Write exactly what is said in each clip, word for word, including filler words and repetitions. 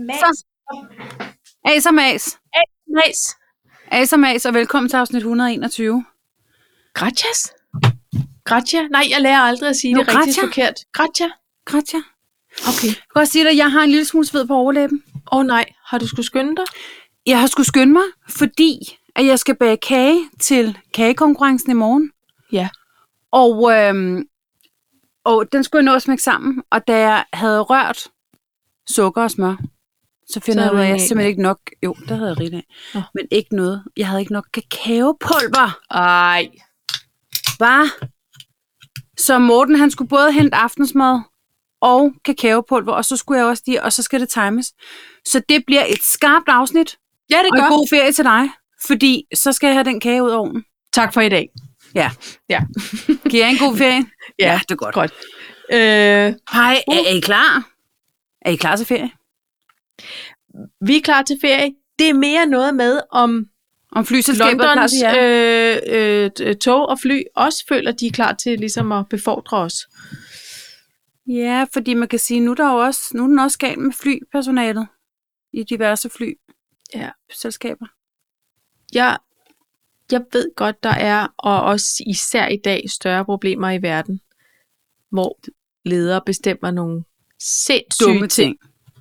Så. As og mas. Mas. As og mas, og velkommen til afsnit et hundrede og enogtyve. Gracias. Gracia. Nej, jeg lærer aldrig at sige jo, det gratia. rigtigt forkert. Gracia. Gracia. Okay. Jeg kan godt sige dig, jeg har en lille smule sved på overlæben. Åh oh, nej, har du skulle skynde dig? Jeg har skulle skynde mig, fordi at jeg skal bage kage til kagekonkurrencen i morgen. Ja. Og, øhm, og den skulle jeg nå at smække sammen, og da jeg havde rørt sukker og smør, så finder jeg ud af, at jeg simpelthen ikke nok... Jo, der havde jeg rigt af. Oh. Men ikke noget. Jeg havde ikke nok kakaopulver. Ej. Hvad? Så Morten, han skulle både hente aftensmad og kakaopulver, og så skulle jeg også lige, og så skal det times. Så det bliver et skarpt afsnit. Ja, det og gør. Og en god ferie til dig, fordi så skal jeg have den kage ud af ovnen. Tak for i dag. Ja. Ja. Giver jeg en god ferie? Ja, ja, det er godt. godt. Øh, Hej, uh. er I klar? Er I klar til ferie? Vi er klar til ferie. Det er mere noget med, om, om flyselskabet er klar til jer. Øh, øh, tog og fly også føler, de er klar til ligesom at befordre os. Ja, fordi man kan sige, nu er, der jo også, nu er den også galt med flypersonalet i diverse flyselskaber. Ja. Jeg, jeg ved godt, der er, og også især i dag, større problemer i verden, hvor ledere bestemmer nogle sindssyge dumme ting,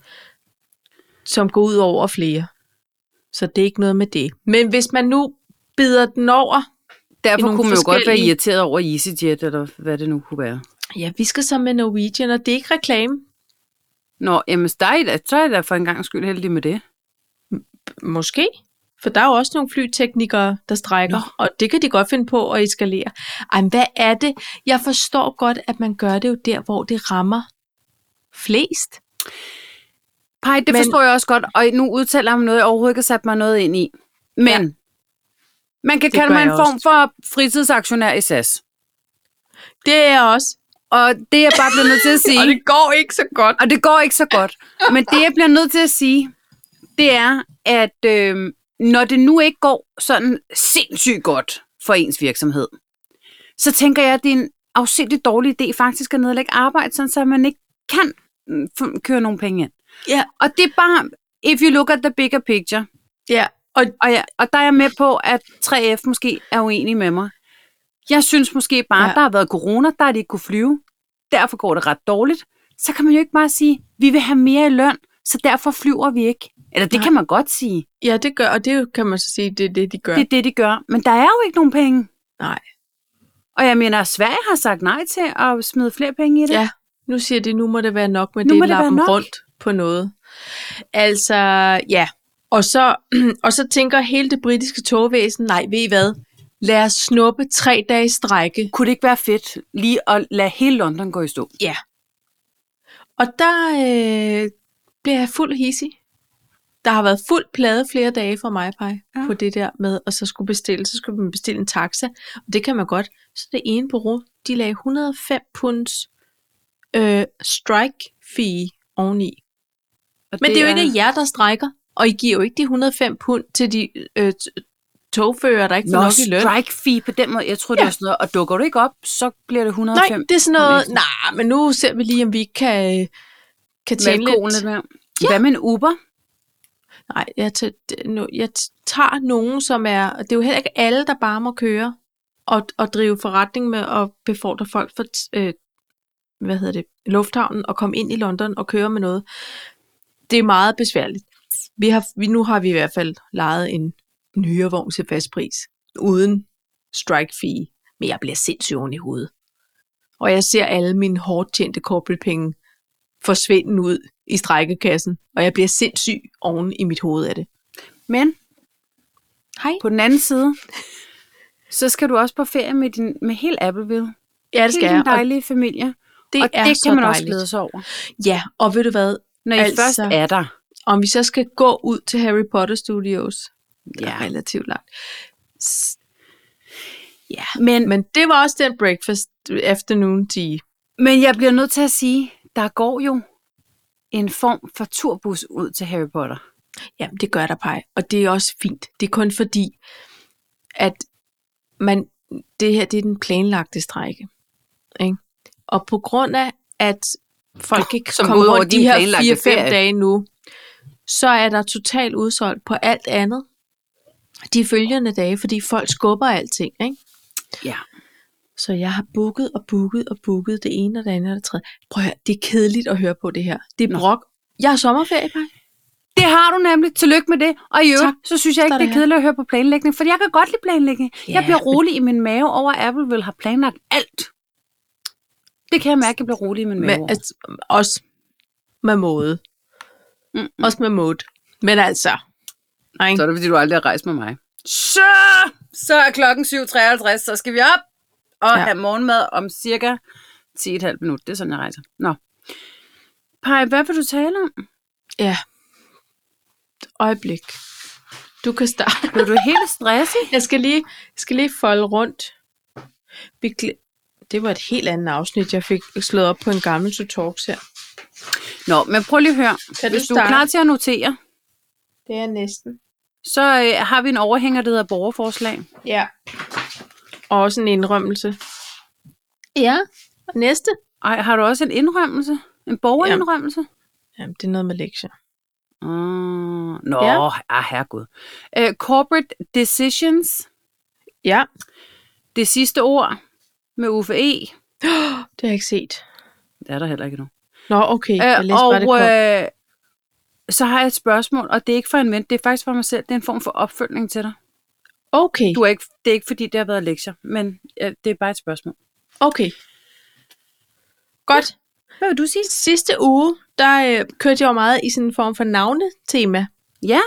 som går ud over flere. Så det er ikke noget med det. Men hvis man nu bider den over... Derfor kunne man jo godt være irriteret over EasyJet, eller hvad det nu kunne være. Ja, vi skal så med Norwegian, og det er ikke reklame. Nå, jamen, så er jeg da for en gang skyld heldig med det. Måske. For der er jo også nogle flyteknikere, der strækker, Nå. Og det kan de godt finde på at eskalere. Ej, men hvad er det? Jeg forstår godt, at man gør det jo der, hvor det rammer flest. Pej, det men, forstår jeg også godt, og nu udtaler jeg mig noget, jeg overhovedet ikke har sat mig noget ind i. Men ja. Man kan det kalde mig en form også. For fritidsaktionær i S A S. Det er jeg også. Og det er bare blevet nødt til at sige... og det går ikke så godt. Og det går ikke så godt. Men det, jeg bliver nødt til at sige, det er, at øh, når det nu ikke går sådan sindssygt godt for ens virksomhed, så tænker jeg, at det er en afsindigt dårlig idé faktisk at nedlægge arbejde, sådan så man ikke kan køre nogen penge ind. Ja. Og det er bare, if you look at the bigger picture. Ja. Og, og, ja, og der er jeg med på, at tre F måske er uenig med mig. Jeg synes måske bare, ja. At der har været corona, der er de ikke kunne flyve. Derfor går det ret dårligt. Så kan man jo ikke bare sige, vi vil have mere i løn, så derfor flyver vi ikke. Eller det Nej. Kan man godt sige. Ja, det gør, og det kan man så sige, det er det, de gør. Det er det, de gør. Men der er jo ikke nogen penge. Nej. Og jeg mener, Sverige har sagt nej til at smide flere penge i det. Ja, nu siger de, nu må det være nok med nu det, det lappen rundt på noget. Altså, ja. Og så, og så tænker hele det britiske togvæsen, nej, ved I hvad? Lad os snuppe tre dage strække. Kunne det ikke være fedt lige at lade hele London gå i stå? Ja. Og der øh, bliver jeg fuld hissig. Der har været fuld plade flere dage for mig, Paj, ja. På det der med, at så skulle bestille, så skulle man bestille en taxa. Og det kan man godt. Så det ene bureau, de lagde et hundrede og fem punds øh, strike fee oveni. Men det, det er jo ikke jer, der strækker. Og I giver jo ikke de et hundrede og fem pund til de øh, togfører, der ikke får nok i løn. Strike fee på den måde. Jeg tror, det ja. Er sådan noget. Og dukker du ikke op, så bliver det et hundrede og fem. Nej, det er sådan noget. Nej, men nu ser vi lige, om vi kan, kan tjene lidt. lidt mere. Ja. Hvad med en Uber? Nej, jeg, t- nu, jeg tager nogen, som er... Det er jo heller ikke alle, der bare må køre og, og drive forretning med at befordre folk for øh, hvad hedder det, lufthavnen og komme ind i London og køre med noget. Det er meget besværligt. Vi har, vi, nu har vi i hvert fald lejet en, en hyrevogn til fast pris, uden strike fee, men jeg bliver sindssygt oven i hovedet. Og jeg ser alle mine hårdt tjente corporate penge forsvinde ud i strækkekassen, og jeg bliver sindssyg oven i mit hoved af det. Men Hej. På den anden side, så skal du også på ferie med, din, med hele Appleville. Ja, det skal jeg. Hele din dejlige familie. Det og er det så kan man dejligt. Også glæde sig over. Ja, og ved du hvad? Når I altså, først er der. Om vi så skal gå ud til Harry Potter Studios, det er ja. relativt langt. Ja, men, men det var også den breakfast afternoon tea. Men jeg bliver nødt til at sige, der går jo en form for turbus ud til Harry Potter. Jamen, det gør der, Paj. Og det er også fint. Det er kun fordi, at man, det her, det er den planlagte strejke. Ikke? Og på grund af, at folk ikke Som kommer over rundt de her fire fem dage nu, så er der totalt udsolgt på alt andet de følgende dage, fordi folk skubber alting, ikke? Ja. Så jeg har booket og booket og booket det ene og det andet og det tredje. Prøv at høre, det er kedeligt at høre på det her. Det er brok. Jeg har sommerferie, Paj. Det har du nemlig. Tillykke med det. Og i øvrigt, Tak. så synes jeg ikke, Skal det du er have. kedeligt at høre på planlægning, for jeg kan godt lide planlægning. Ja, Jeg bliver rolig i min mave over, at Apple vil have planlagt alt. Det kan jeg mærke, at jeg bliver rolig i min mave Men, over. altså, også med måde. Mm. Også med mode. Men altså. Nej. Så er det, fordi du aldrig har rejst med mig. Så, så er klokken syv treoghalvtreds, så skal vi op og Ja. have morgenmad om cirka ti komma fem minutter. Det er sådan, jeg rejser. Nå. Paj, hvad vil du tale om? Ja. Et øjeblik. Du kan starte. Bliver du helt stresset? Jeg skal lige, jeg skal lige folde rundt. Vi gl- det var et helt andet afsnit, jeg fik slået op på en gammel to talks her. Nå, men prøv lige at høre. Kan du Hvis du er starte? klar til at notere, Det er næsten. så øh, har vi en overhænger, der hedder borgerforslag. Ja. Og også en indrømmelse. Ja. Og næste? Ej, har du også en indrømmelse? En borgerindrømmelse? Jamen, det er noget med lektier. Uh, nå, Ja. ja. ah, herregud. Uh, corporate decisions. Ja. Det sidste ord med Uffe E. Det har jeg ikke set. Det er der heller ikke nu. Nå, okay. Jeg Uh, læste og bare, det kom. uh, så har jeg et spørgsmål, og det er ikke for en ven, det er faktisk for mig selv. Det er en form for opfølgning til dig. Okay. Du er ikke, det er ikke fordi, det har været lektier, men uh, det er bare et spørgsmål. Okay. Godt. Hvad vil du sige? Sidste uge, der øh, kørte jeg jo meget i sådan en form for navnetema. Ja,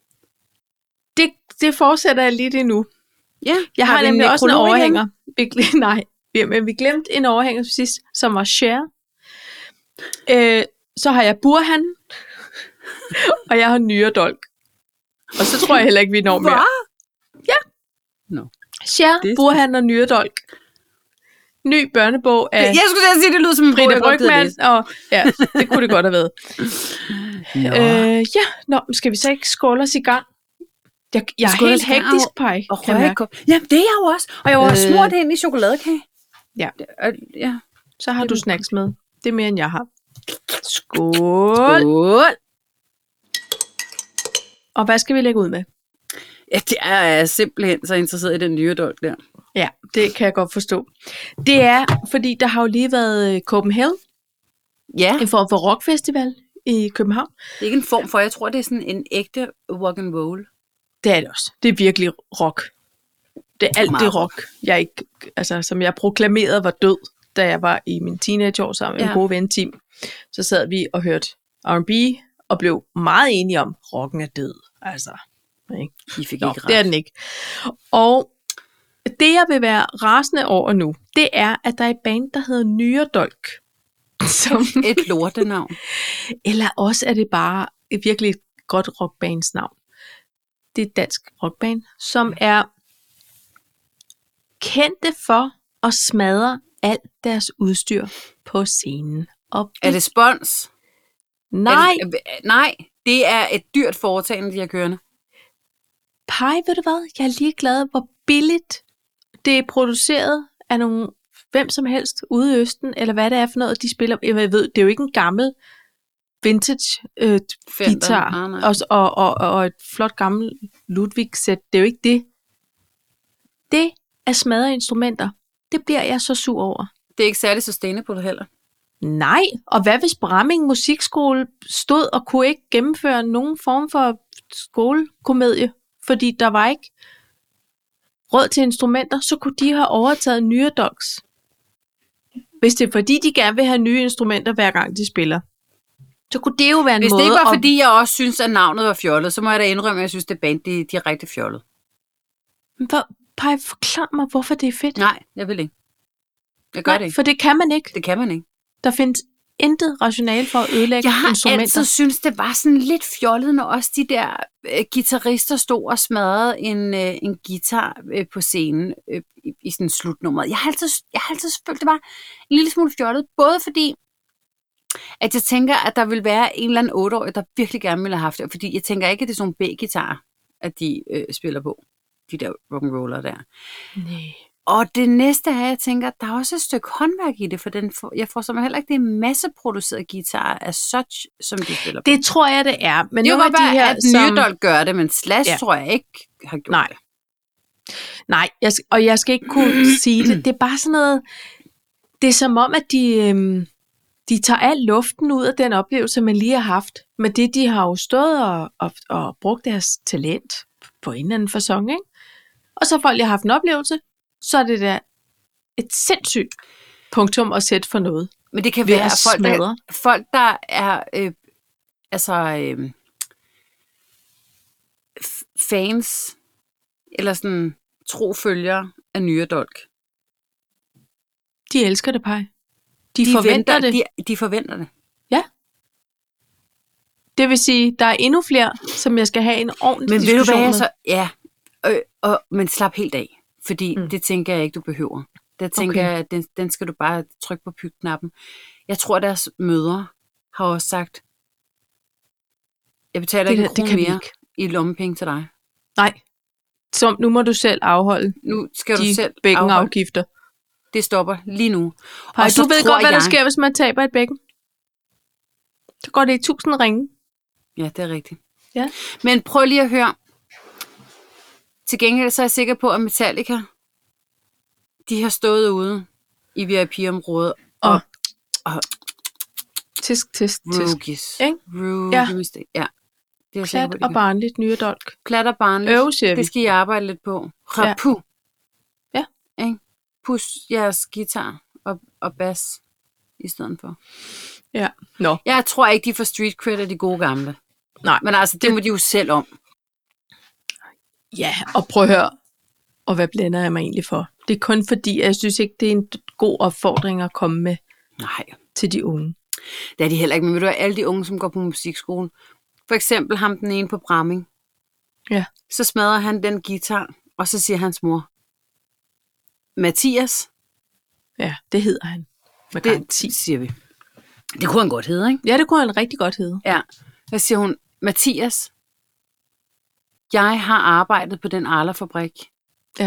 Det, det fortsætter jeg lidt endnu. ja. Jeg har, vi en nemlig også en nekrolog igen? overhænger. Vi, gl- nej, vi, men vi glemte en overhænger sidst, som var Cher. Øh, så har jeg Burhan, og jeg har Nyredolk. Og så tror jeg heller ikke, vi når mere. Ja. Nå. Cher, Det er Burhan og Nyredolk. Ny børnebog af Jeg skulle til at sige, det lyder som en bog, Frida jeg godt gider Brygmann. læse. Og, ja, det kunne det godt have været. Nå. Øh, ja, nå, men skal vi så ikke skåle os i gang? Jeg, jeg er Skåle helt os i gang hektisk, Paj. Og kan jeg mærke. røgkop. Ja, det er jeg jo også. Og jeg var Øh. smurt ind i chokoladekage. Ja. Det, øh, ja. Så har du snacks med. Det er mere, end jeg har. Skål. Skål. Og hvad skal vi lægge ud med? Ja, det er jeg simpelthen så interesseret i den nye dolk der. Ja, det kan jeg godt forstå. Det er, fordi der har jo lige været Copenhagen, Ja, en form for rockfestival i København. det er ikke en form for, jeg tror, det er sådan en ægte rock and roll. Det er det også. Det er virkelig rock. Det er alt Meget det rock, jeg ikke, altså, som jeg proklamerede var død, da jeg var i min teenageår sammen med Ja. en god ven, Tim. Så sad vi og hørte R and B og blev meget enige om, rocken er død. Altså, ikke? I fik Nå, ikke ret. det er den ikke. Og det, jeg vil være rasende over nu, det er, at der er et band, der hedder Nyredolk. Som, Et lortenavn. eller også er det bare et virkelig godt rockbands navn. Det er et dansk rockband, som er kendte for at smadre alt deres udstyr på scenen. Og Er det spons? Nej, Er det, nej, det er et dyrt foretagende, de har kørende. Pej, ved du hvad? Jeg er lige glad, hvor billigt det er produceret af nogle hvem som helst ude i Østen, eller hvad det er for noget, de spiller. Jeg ved, det er jo ikke en gammel vintage øh, Fender. guitar, Ah, nej. og, og, og, og et flot gammelt Ludwig-sæt. Det er jo ikke det. Det er smadre instrumenter. Det bliver jeg så sur over. Det er ikke særlig sustainable heller. Nej, og hvad hvis Bramming Musikskole stod og kunne ikke gennemføre nogen form for skolekomedie, fordi der var ikke råd til instrumenter, så kunne de have overtaget Nyredolks. Hvis det er fordi, de gerne vil have nye instrumenter, hver gang de spiller, så kunne det jo være en Hvis måde det ikke var, at... fordi jeg også synes, at navnet var fjollet, så må jeg da indrømme, at jeg synes, det band, de, de er rigtig fjollet. Hvor, Paj, forklar mig, hvorfor det er fedt. Nej, jeg vil ikke. Jeg gør Nej, det ikke. for det kan man ikke. Det kan man ikke. Der findes intet rationale for at ødelægge Jeg har instrumenter. altid synes det var sådan lidt fjollet, når også de der øh, guitarister stod og smadrede en, øh, en guitar øh, på scenen øh, i, i sådan en slutnummer. Jeg har altid, jeg har altid følt, det var en lille smule fjollet, både fordi, at jeg tænker, at der vil være en eller anden otteårig, der virkelig gerne ville have haft det, fordi jeg tænker ikke, at det er sådan nogle B-guitarer, at de øh, spiller på, de der rock'n'roller der. Nej. Og det næste er, jeg tænker, der er også et stykke håndværk i det, for den for, jeg får simpelthen heller ikke det masseproducerede guitar af such, som de spiller på. Det tror jeg, det er. Men det er jo nogle godt af de være, her, at som... Myrdal gør det, men Slash Ja. tror jeg ikke har gjort Nej. det. Nej, jeg, og jeg skal ikke kunne sige det. Det er bare sådan noget... Det er som om, at de, øhm, de tager al luften ud af den oplevelse, man lige har haft. Men det, de har jo stået og, og, og brugt deres talent på en eller anden facon, ikke? Og så folk, der har haft en oplevelse, så er det der et sindssygt punktum at sætte for noget. Men det kan Ved være at folk, der, smadre. folk, der er øh, altså øh, f- fans, eller sådan trofølgere af Nye Dolk. De elsker det, Paj. De, De forventer venter, det. De, de forventer det. Ja. Det vil sige, der er endnu flere, som jeg skal have en ordentlig Men ved du diskussion hvad, med. så, ja, øh, og, men slap helt af, fordi Mm. mm. det tænker jeg ikke, du behøver. Der tænker Okay. jeg, at den, den skal du bare trykke på pytknappen. Jeg tror, deres mødre har også sagt, jeg betaler Det ikke der- en det krone kan vi mere ikke. i lommepenge til dig. Nej. Så nu må du selv afholde Nu skal du de selv afholde. bækkenafgifter. Det stopper lige nu. Paj, Og så du ved tror godt, hvad der jeg- sker, hvis man taber et bækken. Så går det i tusind ringe. Ja, det er rigtigt. Ja. Men prøv lige at høre. Til gengæld så er jeg sikker på, at Metallica, de har stået ude i V I P-området og, Og- og Tisk, tisk, tisk. rookies. Ikke? Rookies. Ja. ja. Det er jeg sikker Plat på, de og gør. barnligt, nye dolk. Plat og barnligt. Øv, siger vi. Det skal I arbejde lidt på. Rapu. Ja. Ikke? Pus jeres guitar og, og bass i stedet for. Ja. Nå. Jeg tror ikke, de får street cred af de gode gamle. Nej. Men altså, det må de jo selv om. Ja, og prøv at høre. Og hvad blænder jeg mig egentlig for? Det er kun fordi, at jeg synes ikke, det er en god opfordring at komme med Nej. til de unge. Det er de heller ikke, men ved du hvad, alle de unge, som går på musikskolen, for eksempel ham den ene på Bramming, Ja. så smadrer han den guitar, og så siger hans mor, Mathias, Ja, det hedder han. Med det garanti. siger vi. Det kunne han godt hedde, ikke? Ja, det kunne han rigtig godt hedde. Ja. Så siger hun, Mathias, jeg har arbejdet på den Arla-fabrik Ja.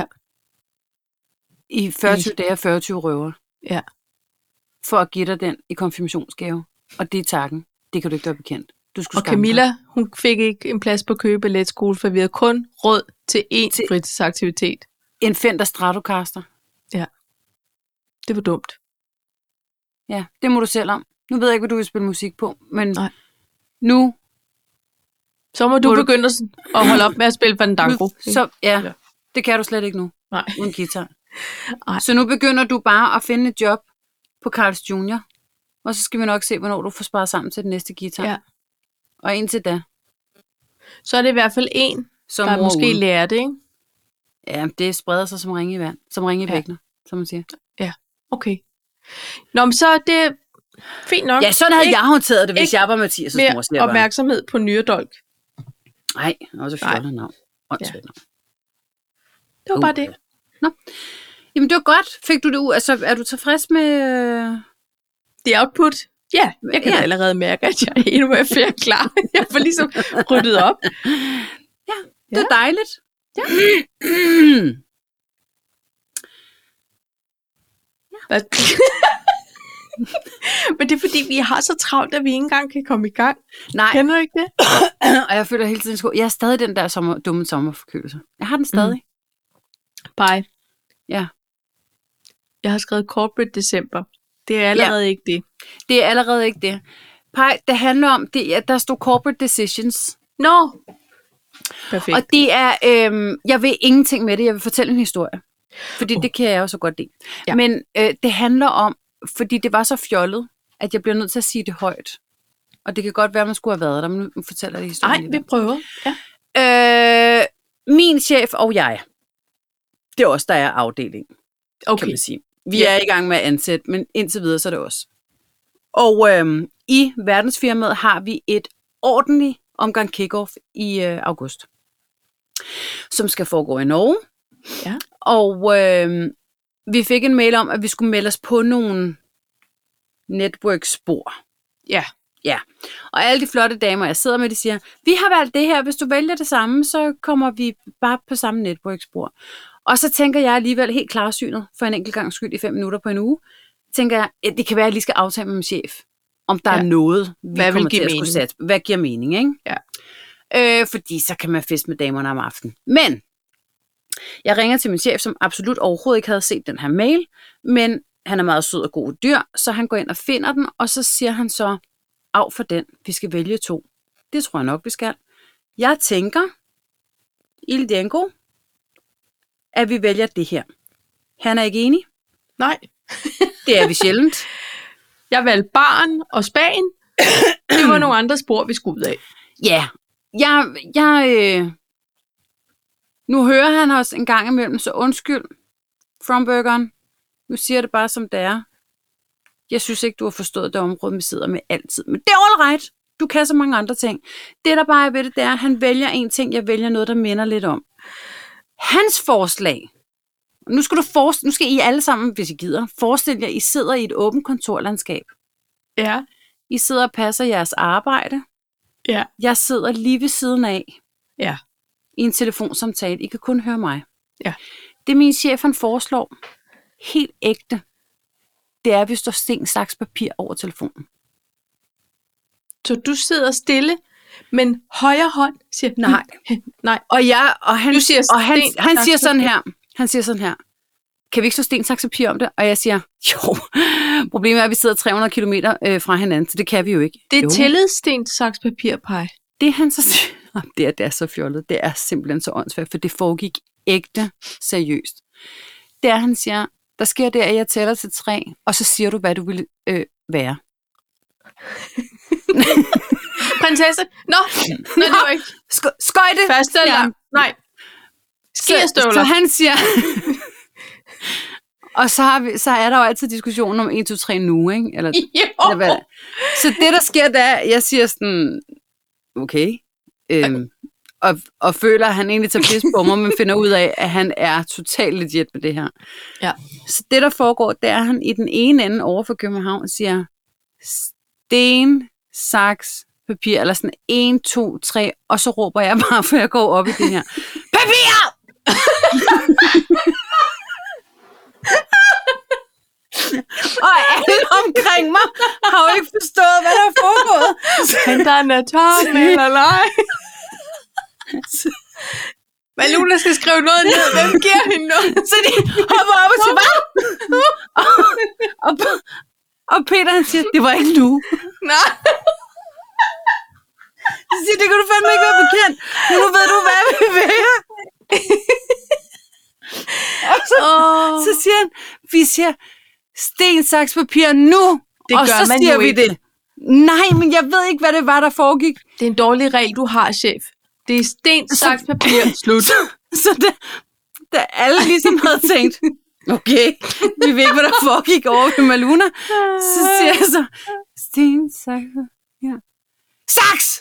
i fyrre dage og fyrre røver, Ja. for at give dig den i konfirmationsgave. Og det er takken. Det kan du ikke være bekendt. Du skulle Og skamme dig. Camilla, hun fik ikke en plads på Køge Balletskole, for vi havde kun råd til én Til- fritidsaktivitet. En Fender Stratocaster. Det var dumt. Ja, det må du selv om. Nu ved jeg ikke, hvad du vil spille musik på, men Nej. nu, Så må du Må du- begynde at sådan- at holde op med at spille Fandango. nu så, ja, Ja. det kan du slet ikke nu, Nej. uden guitar. Nej. Så nu begynder du bare at finde et job på Carl's junior, og så skal vi nok se, hvornår du får sparet sammen til den næste guitar. Ja. Og indtil da, Så er det i hvert fald en, så der mor måske ude. lærer det, ikke? Ja, det spreder sig som ringe i vand, som ringe i Ja. bækkener, som man siger. Okay. Nå, men så er det fint nok. Ja, sådan havde Ikke jeg håndteret det, hvis ikke jeg var Mathias' mor, mere siger jeg bare. opmærksomhed på nyredolk. Nej, også Nej. fjollet navn. Åndssvagt navn. Det var Uh, bare det. Jamen, det var godt. Fik du det ud? Altså, er du tilfreds med... øh, The output. Ja, jeg kan Ja. ja. allerede mærke, at jeg er endnu mere klar. Jeg får ligesom ryddet op. Det er dejligt. Ja. Hvad? Men det er fordi, vi har så travlt, at vi ikke engang kan komme i gang. Nej, Kender du ikke det? og jeg føler hele tiden, at jeg er stadig den der sommer, dumme sommerforkølelse. Jeg har den stadig. Bye. Ja. Jeg har skrevet corporate december. Det er allerede ja. ikke det. Det er allerede ikke det. Pej, det handler om, det er, der stod corporate decisions. Nå! No. Perfekt. Og det er, øhm, jeg ved ingenting med det. Jeg vil fortælle en historie. Fordi uh. det kan jeg jo så godt lide. Ja. Men øh, det handler om, fordi det var så fjollet, at jeg bliver nødt til at sige det højt. Og det kan godt være, at man skulle have været der, men nu fortæller jeg det historien. Nej, vi prøver. Ja. Øh, min chef og jeg, det er os, der er afdelingen, Okay. kan man sige. Vi er i gang med at ansætte, men indtil videre, så er det os. Og øhm, i verdensfirmaet har vi et ordentligt omgang kick-off i øh, august, som skal foregå i Norge. Ja. Og øh, vi fik en mail om, at vi skulle melde os på nogle network-spor. Ja. Ja, og alle de flotte damer, jeg sidder med, de siger, vi har valgt det her, hvis du vælger det samme, så kommer vi bare på samme network-spor. Og så tænker jeg alligevel helt klarsynet, for en enkelt gang skyld i fem minutter på en uge, tænker jeg, at det kan være, at jeg lige skal aftale med min chef, om der ja. er noget, vi Hvad kommer vil give til at skulle sætte. Hvad giver mening, ikke? Ja. Øh, fordi så kan man feste med damerne om aftenen. Men jeg ringer til min chef, som absolut overhovedet ikke havde set den her mail, men han er meget sød og god dyr, så han går ind og finder den, og så siger han så, af for den, vi skal vælge to. Det tror jeg nok, vi skal. Jeg tænker, Il Diego, at vi vælger det her. Han er ikke enig. Nej. Det er vi sjældent. Jeg valgte barn og Spanien. Det var nogle andre spor, vi skulle ud af. Ja, jeg, jeg øh... nu hører han os en gang imellem, så undskyld, Fromburgeren. Nu siger jeg det bare, som det er. Jeg synes ikke, du har forstået det område, vi sidder med altid. Men det er all right. Du kan så mange andre ting. Det, der bare er ved det, det er, at han vælger en ting, jeg vælger noget, der minder lidt om. Hans forslag. Nu skal, du forestille, nu skal I alle sammen, hvis I gider, forestille jer, I sidder i et åbent kontorlandskab. Ja. I sidder og passer jeres arbejde. Ja. Jeg sidder lige ved siden af. Ja. I en telefonsamtale. I kan kun høre mig. Ja. Det min chef, han foreslår, helt ægte, det er, at vi står sten, saks, papir over telefonen. Så du sidder stille, men højre hånd siger, nej. nej. Og, jeg, og, han, du siger og han, sten, han siger sådan her, han siger sådan her, kan vi ikke stå sten, saks, papir om det? Og jeg siger, jo, problemet er, at vi sidder tre hundrede kilometer øh, fra hinanden, så det kan vi jo ikke. Det er jo. tillid, sten, saks, papir, pege. Det han så siger, det er, det er så fjollet, det er simpelthen så åndssvagt, for det foregik ægte seriøst. Det er, han siger, der sker det, at jeg tæller til tre, og så siger du, hvad du vil øh, være. Prinsesse? Nå, Nå det var ikke. Sk- skøjte? Faste alarm? Nej. Skierstøvler? Så, så han siger... og så, har vi, så er der jo altid diskussionen om en, to, tre nu, ikke? Eller, eller hvad? Så det, der sker, det er, jeg siger sådan, okay, øhm, og, og føler, at han egentlig tager pis på mig, men finder ud af, at han er totalt legit med det her. Ja. Så det, der foregår, det er, at han i den ene ende over for København siger, sten, saks, papir, eller sådan en, to, tre, og så råber jeg bare, for jeg går op i det her. Papir! Og alle omkring mig har jo ikke forstået, hvad der er foregået. Henteren er tom, eller nej? Maluna skal skrive noget ned. Hvem giver hende noget? Så de hopper op og siger, hvad? Og, og, og Peter, han siger, det var ikke nu. Nej. Så siger, det kan du fandme ikke være bekendt. Men nu ved du, hvad vi vil være. Og så, oh. så siger han, vi siger, sten, saks, papir nu. Det og gør så man siger jo vi ikke. det. Nej, men jeg ved ikke, hvad det var, der foregik. Det er en dårlig regel, du har, chef. Det er sten, saks, papir, slut. Så, så det, da alle ligesom havde tænkt, okay, vi ved ikke, hvad der foregik over ved Maluna, så siger jeg så, sten, saks, ja. Saks!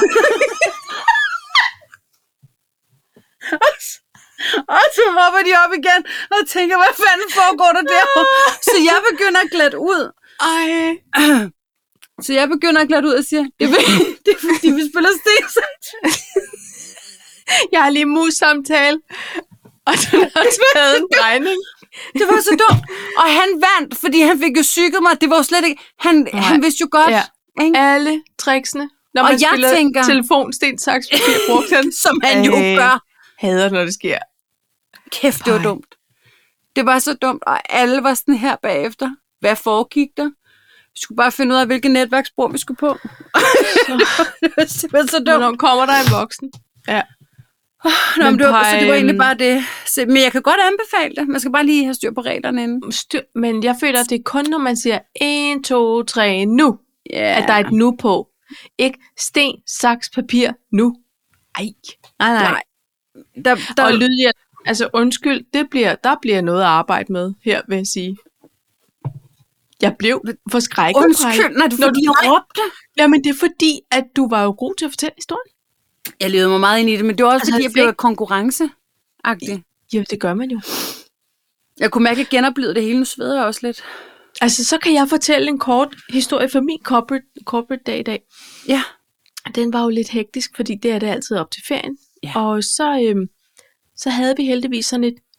Og så hopper de op igen og tænker, hvad fanden foregår der derovre? Så jeg begynder at glatte ud. Ej. Så jeg begynder at glatte ud og siger, det er, det er fordi, vi spiller sten, saks. Jeg har lige mus-samtale, og den har taget en drejning. Det var så dumt. Og han vandt, fordi han fik jo psyket mig. Det var jo slet ikke... Han, han vidste jo godt. Ja. Alle tricksene. Når og man jeg spiller tænker, telefon, sten, saks, papir, brugte han. Som han jo øh, gør. Hader, når det sker. Kæft, det var Ej. dumt. Det var så dumt, og alle var sådan her bagefter. Hvad foregik der? Vi skulle bare finde ud af, hvilket netværksspor vi skulle på. Det var simpelthen så dumt. Hvornår kommer der en voksen? Ja. Oh, nå, men det var, så det var egentlig bare det. Så, men jeg kan godt anbefale det. Man skal bare lige have styr på reglerne inden. Styr, men jeg føler, at det er kun, når man siger en, to, tre, nu. Yeah. At der er et nu på. Ikke sten, saks, papir, nu. Ej. Nej, nej. nej. Der, der... Og lydhjælp. Altså undskyld, det bliver, der bliver noget at arbejde med her, vil jeg sige. Jeg blev forskrækket. Undskyld, nej, du fordi jeg råbte. Jamen det er fordi, at du var jo god til at fortælle historien. Jeg levede mig meget ind i det, men det var også altså, fordi, jeg blev konkurrenceagtig. Jo, det gør man jo. Jeg kunne mærke, at jeg genoplevede det hele, nu sveder jeg også lidt. Altså, så kan jeg fortælle en kort historie fra min corporate, corporate dag i dag. Ja. Den var jo lidt hektisk, fordi det er det altid op til ferien. Ja. Og så, øhm, så havde vi heldigvis sådan et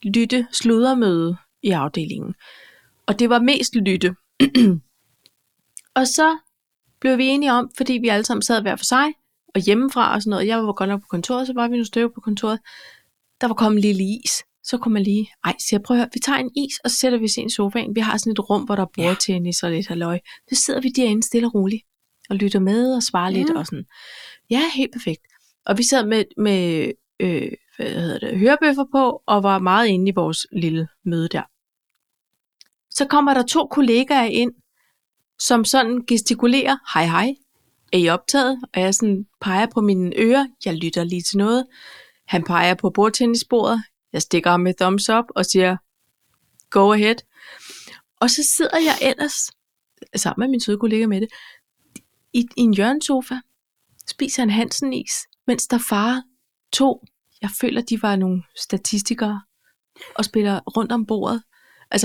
lytte sludermøde i afdelingen. Og det var mest lytte. Og så blev vi enige om, fordi vi alle sammen sad hver for sig, og hjemmefra og sådan noget. Jeg var godt nok på kontoret, så var vi nogle stykker på kontoret. Der var kommet en lille is. Så kunne man lige, ej, så jeg prøver at høre, vi tager en is, og så sætter vi os ind i sofaen. Vi har sådan et rum, hvor der er bordtennis og lidt halløj. Så sidder vi derinde stille og roligt, og lytter med og svarer ja. lidt og sådan. Ja, helt perfekt. Og vi sad med, med øh, hvad hedder det, hørebøffer på, og var meget inde i vores lille møde der. Så kommer der to kollegaer ind, som sådan gestikulerer, hej hej, er I optaget? Og jeg sådan peger på mine ører, jeg lytter lige til noget. Han peger på bordtennisbordet, jeg stikker ham med thumbs up og siger, go ahead. Og så sidder jeg ellers, sammen med min søde kollega Mette, i, i en hjørnesofa, spiser en Hansen-is, mens der farer to, jeg føler, de var nogle statistikere, og spiller rundt om bordet. Altså,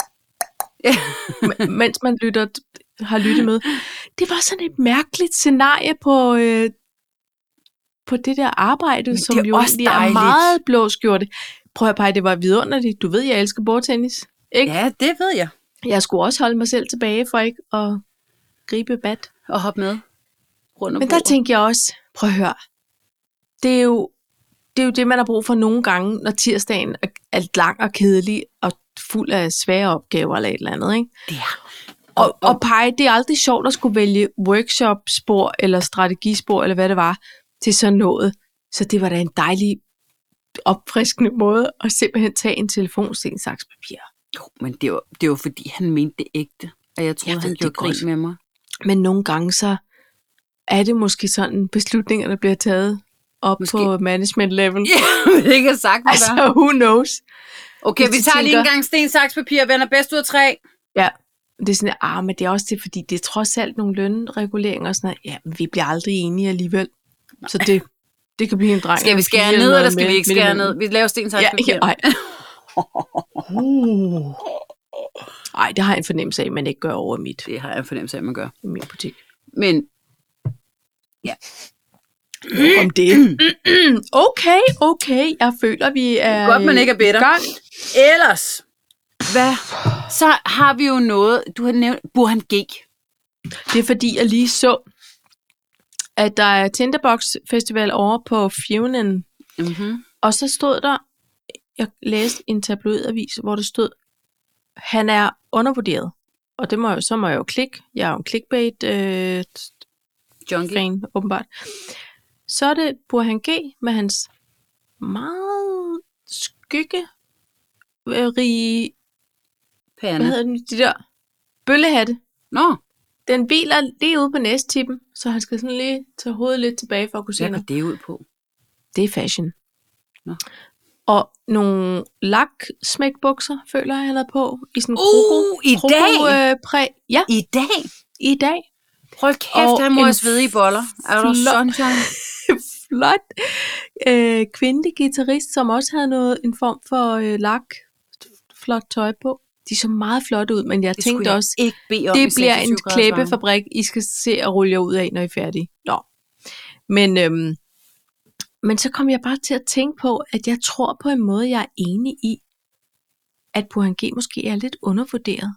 mens man lytter, har lyttet med. Det var sådan et mærkeligt scenarie på, øh, på det der arbejde, det som jo egentlig er meget blåskjorte. Prøv at pege, det var vidunderligt. Du ved, jeg elsker bordtennis, ikke? Ja, det ved jeg. Jeg skulle også holde mig selv tilbage for ikke at gribe bat. Og hoppe med rundt om Men der bordet. tænkte jeg også, prøv at høre, det er jo det, er jo det man har brug for nogle gange, når tirsdagen er lang og kedelig og fuld af svære opgaver eller et eller andet, ikke? Det er. Og, og, og pege, det er aldrig sjovt at skulle vælge workshop-spor eller strategispor, eller hvad det var, til sådan noget. Så det var da en dejlig, opfriskende måde at simpelthen tage en telefon, sten, saks, papir. Jo, men det var, det var fordi, han mente det ægte. Og jeg troede, jeg han gjorde grin med mig. Men nogle gange så er det måske sådan, beslutninger, der bliver taget op måske på management level. Ja, men det kan sagt altså, der. Who knows? Okay, vi tager lige en gang sten, saks, papir, vender bedst ud af tre. Ja, det er sådan, ah, men det er også det, fordi det er trods alt nogle lønreguleringer og sådan noget. Ja, men vi bliver aldrig enige alligevel. Nej. Så det, det kan blive en dreng. Skal vi skære ned, eller, eller skal med, vi ikke skære ned? Vi laver sten, saks, papir. Ja, nej. uh. Ej, det har jeg en fornemmelse af, at man ikke gør over mit. Det har jeg en fornemmelse af, at man gør. I min butik. Men, ja. Om det. Okay, okay. Jeg føler, vi er godt, man ikke er bitter. Gang. Ellers, hvad? Så har vi jo noget, du har nævnt, Burhan G. Det er fordi, jeg lige så, at der er Tinderbox Festival over på Funen. Mm-hmm. Og så stod der, jeg læste en tabloidavis, hvor der stod, han er undervurderet. Og det må jeg, så må jeg jo klikke. Jeg er jo en clickbait øh, junkie, fan, åbenbart. Så er det Burhan G med hans meget skyggerige, Perne. hvad hedder den, de der bøllehatte. Nå. Den hviler lige ude på næstippen, så han skal sådan lige tage hovedet lidt tilbage for at kunne se noget. Hvad går det ud på? Det er fashion. Nå. Og nogle lak-smækbukser, føler jeg, han havde på, i sådan en uh, kroko, i kroko, dag? Øh, præg. Ja. I dag? I dag. Hold kæft, han må have svede i boller. Er du sunshine? Flot øh, kvindelig guitarist, som også havde noget, en form for øh, lak, flot tøj på. De så meget flotte ud, men jeg det tænkte også, ikke bede om det bliver en klæbefabrik, I skal se og rulle jer ud af, når I er færdige. Nå. Men, øhm, men så kom jeg bare til at tænke på, at jeg tror på en måde, jeg er enig i, at Burhan G måske er lidt undervurderet.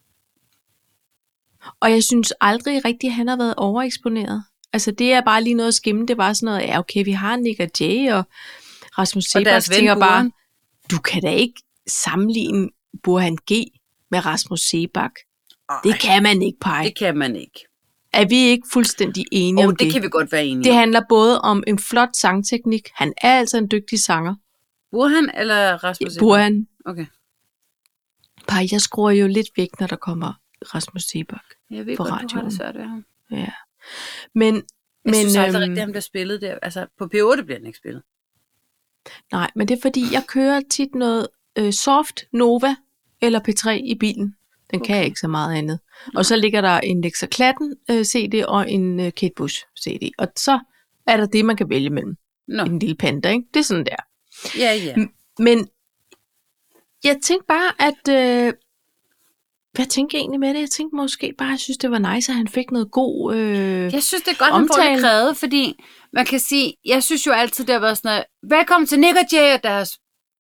Og jeg synes aldrig rigtigt, at han har været overeksponeret. Altså det er bare lige noget at skimme. Det var sådan noget, ja okay, vi har Nick og Jay og Rasmus Seebach, tænker bare, du kan da ikke sammenligne Burhan G med Rasmus Seebach. Ej, det kan man ikke, pege. Det kan man ikke. Er vi ikke fuldstændig enige oh, om det? Det kan vi godt være enige Det om. handler både om en flot sangteknik. Han er altså en dygtig sanger. Burhan eller Rasmus Seebach? Burhan. Okay. Pege, jeg skruer jo lidt væk, når der kommer Rasmus Seebach. Jeg ved godt, radioen. Du har det svært ved ham. Ja. Men, jeg men, synes aldrig øhm, rigtigt, at han bliver spillet der. Altså, på P otte bliver han ikke spillet. Nej, men det er fordi, jeg kører tit noget øh, Soft Nova eller P tre i bilen. Den okay. kan jeg ikke så meget andet. Nej. Og så ligger der en Lexa Klatten øh, C D og en øh, Kate Bush C D. Og så er der det, man kan vælge mellem. Nå. En lille panda, ikke? Det er sådan der. Ja, ja. M- men jeg tænkte bare, at... Øh, hvad tænker jeg egentlig med det? Jeg tænkte måske bare, at jeg synes, det var nice, at han fik noget god øh, Jeg synes, det er godt, omtale. Han får det krævet, fordi man kan sige, jeg synes jo altid, det har været sådan noget, velkommen til Nick og Jay og deres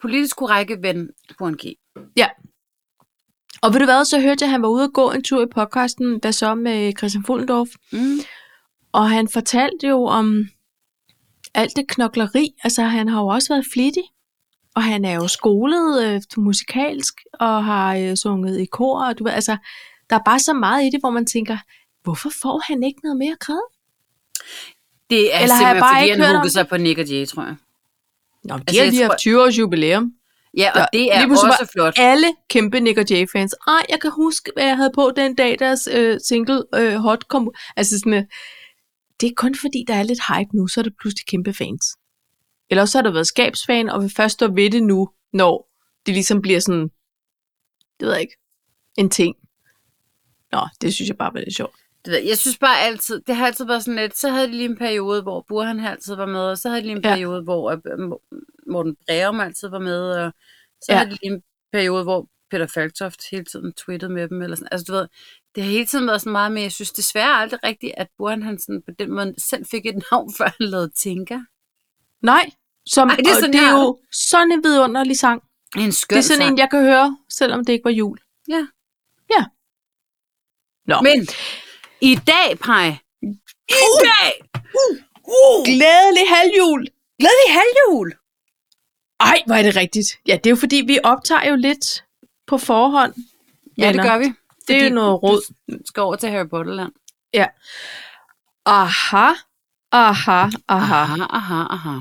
politisk korrekte ven, Burhan G. Ja. Og ved du hvad, så hørte jeg, at han var ude at gå en tur i podcasten, hvad så med Christian Fuhlendorf. Mm. Og han fortalte jo om alt det knokleri. Altså, han har jo også været flittig. Og han er jo skolet øh, musikalsk, og har øh, sunget i kor. Og du ved, altså, der er bare så meget i det, hvor man tænker, hvorfor får han ikke noget mere kred? Det er Eller har jeg simpelthen, bare fordi ikke han hørt om huggede sig på Nick og Jay, tror jeg. Nå, de Altså, har jeg lige tror- haft tyve års jubilæum. Ja, og Der- det er lige pludselig også var flot. Alle kæmpe Nick og Jay-fans. Ej, jeg kan huske, hvad jeg havde på den dag, deres øh, single øh, Hot kom. Altså sådan, øh, det er kun fordi, der er lidt hype nu, så er det pludselig kæmpe fans. Eller også har der været skabsfan, og vil først stå ved det nu, når det ligesom bliver sådan, det ved jeg ikke, en ting. Nå, det synes jeg bare var lidt sjovt. Det ved jeg. Jeg synes bare altid, det har altid været sådan lidt, så havde de lige en periode, hvor Burhan altid var med, og så havde de lige en Ja. periode, hvor øh, Morten Breum altid var med, og så Ja. havde de lige en periode, hvor Peter Falktoft hele tiden tweetede med dem, eller sådan. Altså du ved, det har hele tiden været sådan meget, men jeg synes desværre aldrig rigtigt, at Burhan han sådan på den måde selv fik et navn, før han lavede Tinker. Nej, som, Ej, det er og sådan, det er jeg har jo sådan en vidunderlig sang. En skøn Det er sådan sang. en, jeg kan høre, selvom det ikke var jul. Ja. Ja. Nå. Men i dag, Paj, i dag, uh, uh, Glædelig halvjul! glædelig halvjul. Ej, hvor er det rigtigt. Ja, det er jo fordi, vi optager jo lidt på forhånd. Ja, det venner. gør vi. Det er jo noget råd. Du skal over til Harry Potterland. Ja. Aha, aha, aha. Aha, aha, aha.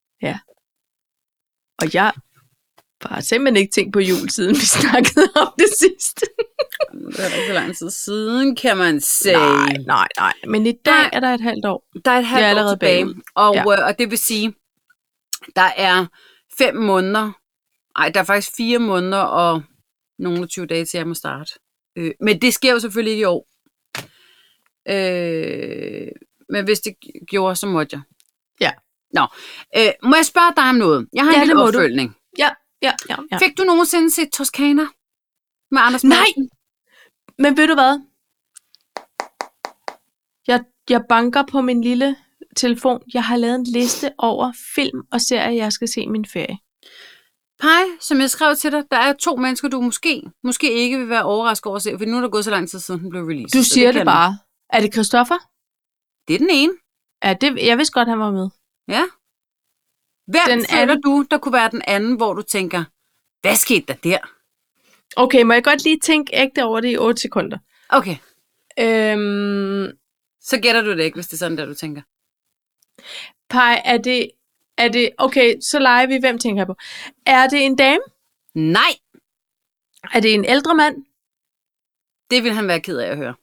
Og jeg har simpelthen ikke tænkt på jul, siden vi snakkede om det sidste. Det er ikke så lang tid siden, kan man sige. Nej, nej, nej. Men i dag Nej. er der et halvt år. Der er et halvt Jeg er år allerede tilbage. bagud. Og, Ja. øh, og det vil sige, der er fem måneder. Ej, der er faktisk fire måneder og nogle og tyve dage til, jeg må starte. Øh, men det sker jo selvfølgelig ikke i år. Øh, men hvis det gjorde, så måtte jeg. Ja. Nå, øh, må jeg spørge dig om noget? Jeg har Ja, en det lille må du. opfølgning. Ja, ja, ja. ja. Fik du nogensinde set Toscana med Anders Nej. Madsen? Men ved du hvad? Jeg, jeg banker på min lille telefon. Jeg har lavet en liste over film og serier, jeg skal se i min ferie. Pej, som jeg skrev til dig, der er to mennesker, du måske, måske ikke vil være overrasket over at se, for nu er der gået så lang tid siden, den blev released. Du så siger det, kan det bare. Er det Christoffer? Det er den ene. Ja, det, jeg vidste godt, han var med. Ja. Hvem Den den føler anden- du, der kunne være den anden, hvor du tænker, hvad skete der der? Okay, må jeg godt lige tænke ægte over det i otte sekunder? Okay, Øhm, så gætter du det ikke, hvis det er sådan, der du tænker. Pej, er det, er det... Okay, så leger vi. Hvem tænker jeg på? Er det en dame? Nej, Er det en ældre mand? det vil han være ked af at høre.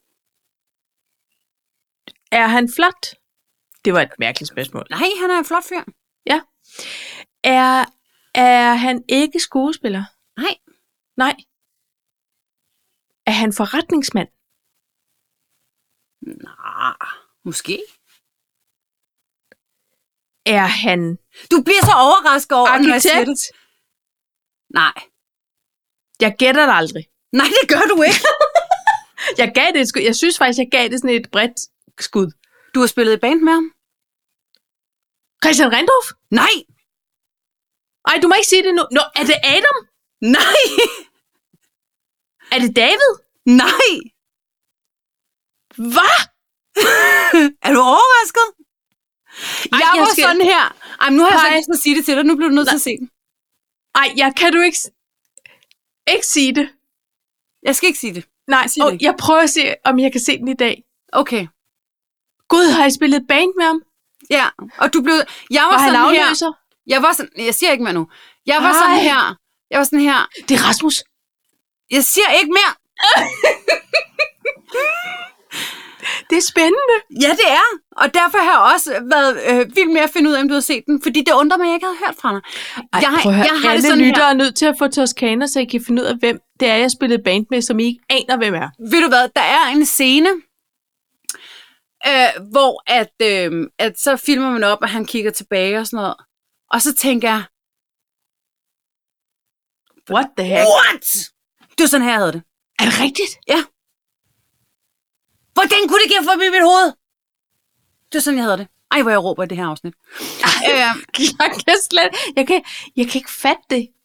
Er han flot? Det var et mærkeligt spørgsmål. Nej, han er en flot fyr. Ja. Er, er han ikke skuespiller? Nej, Nej. Er han forretningsmand? nej, måske. Er han Du bliver så overrasket over, når jeg siger det. arkitekt? Nej, Jeg gætter det aldrig. nej, det gør du ikke. Jeg gav det et skud. Jeg synes faktisk, jeg gav det sådan et bredt skud. Du har spillet i band med ham? Christian Randolph? Nej, Ej, du må ikke sige det nu. Nå, er det Adam? nej, Er det David? nej. Hvad? Er du overrasket? Ej, jeg jeg var skal- sådan her. Ej, men nu har jeg Pej. sagt, at sige det til dig. Nu bliver du nødt til at se den. Ej, jeg kan du ikke, s- ikke sige det. Jeg skal ikke sige det. Nej, Sig det og ikke. jeg prøver at se, om jeg kan se den i dag. Okay. Gud, har I spillet band med ham? Ja, og du blev... Jeg var, Var han sådan her. afløser? Jeg var sådan... Jeg siger ikke mere nu. Jeg var Ej. sådan her. Jeg var sådan her. Det er Rasmus. Jeg siger ikke mere. Det er spændende. Ja, det er. Og derfor har jeg også været øh, vild med at finde ud af, om du har set den. Fordi det undrer mig, at jeg ikke havde hørt fra dig. Ej, jeg, prøv at høre, jeg har det alle sådan lyttere her. er nødt til at få Toscana, så I kan finde ud af, hvem det er, jeg spillede band med, som I ikke aner, hvem er. Ved du hvad? Der er en scene, øh, hvor at, øh, at så filmer man op, og han kigger tilbage og sådan noget. Og så tænker jeg, What the heck? what? Det var sådan her, jeg havde det. Er det rigtigt? Ja. Hvordan kunne det give forbi mit hoved? Det var sådan, jeg havde det. Ej, hvor jeg råber i det her afsnit. øh, Jeg kan slet jeg kan, jeg kan ikke fatte det.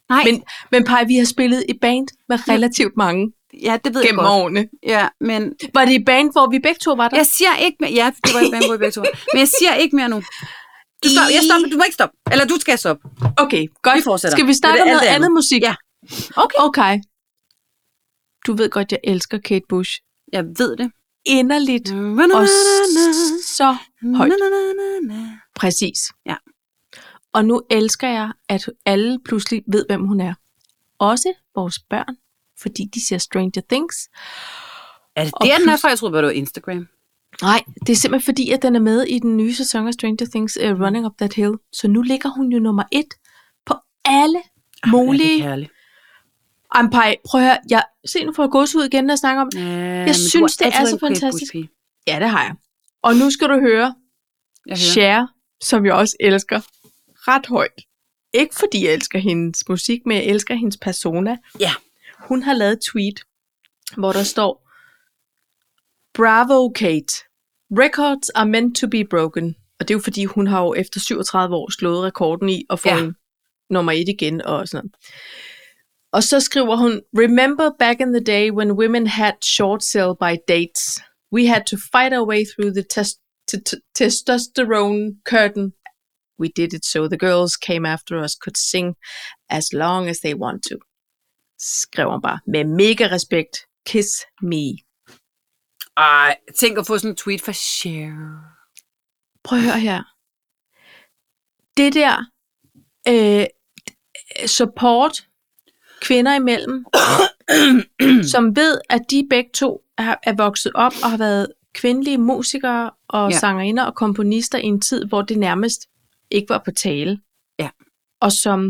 Nej. Men, men Paj, vi har spillet i band med relativt mange Ja, det ved gennem jeg godt. årene. Ja, men... Var det i band, hvor vi begge to var der? Jeg siger ikke mere... Ja, det var i band, hvor vi begge to var. Men jeg siger ikke mere nu. Du, stop, jeg stopper. Du må ikke stoppe. Eller du skal stoppe. Okay, godt. Vi fortsætter. Skal vi starte Det er med alt noget det andet andet. musik? Ja. Okay. Okay. Du ved godt, jeg elsker Kate Bush. Jeg ved det. Inderligt og så højt. Præcis. Ja. Og nu elsker jeg, at alle pludselig ved, hvem hun er. Også vores børn, fordi de ser Stranger Things. Er det Og der, den er plus- fra? Jeg troede, det var Instagram. Nej, det er simpelthen fordi, at den er med i den nye sæson af Stranger Things, uh, Running Up That Hill. Så nu ligger hun jo nummer et på alle mulige... Herligt. Ampej, prøv at høre. Jeg, se, nu får jeg gåsehud igen, når jeg snakker om. Ja, jeg synes, det er så fantastisk. Ja, det har jeg. Og nu skal du høre Cher, som jeg også elsker ret højt. Ikke fordi jeg elsker hendes musik, men jeg elsker hendes persona. Ja. Hun har lavet et tweet, hvor der står: Bravo, Kate. Records are meant to be broken. Og det er jo fordi, hun har jo efter syvogtredive år slået rekorden i at få Ja. en nummer et igen og sådan noget. Og så skriver hun: Remember back in the day when women had short sell by dates. We had to fight our way through the tes- t- t- testosterone curtain. We did it so the girls came after us could sing as long as they want to. Skrev hun bare med mega respekt. Kiss me. Ej, tænk at få sådan en tweet fra Cher. Prøv at høre her. Det der øh, support kvinder imellem, som ved, at de begge to er, er vokset op og har været kvindelige musikere og Ja. sangerinder og komponister i en tid, hvor det nærmest ikke var på tale. Ja. Og som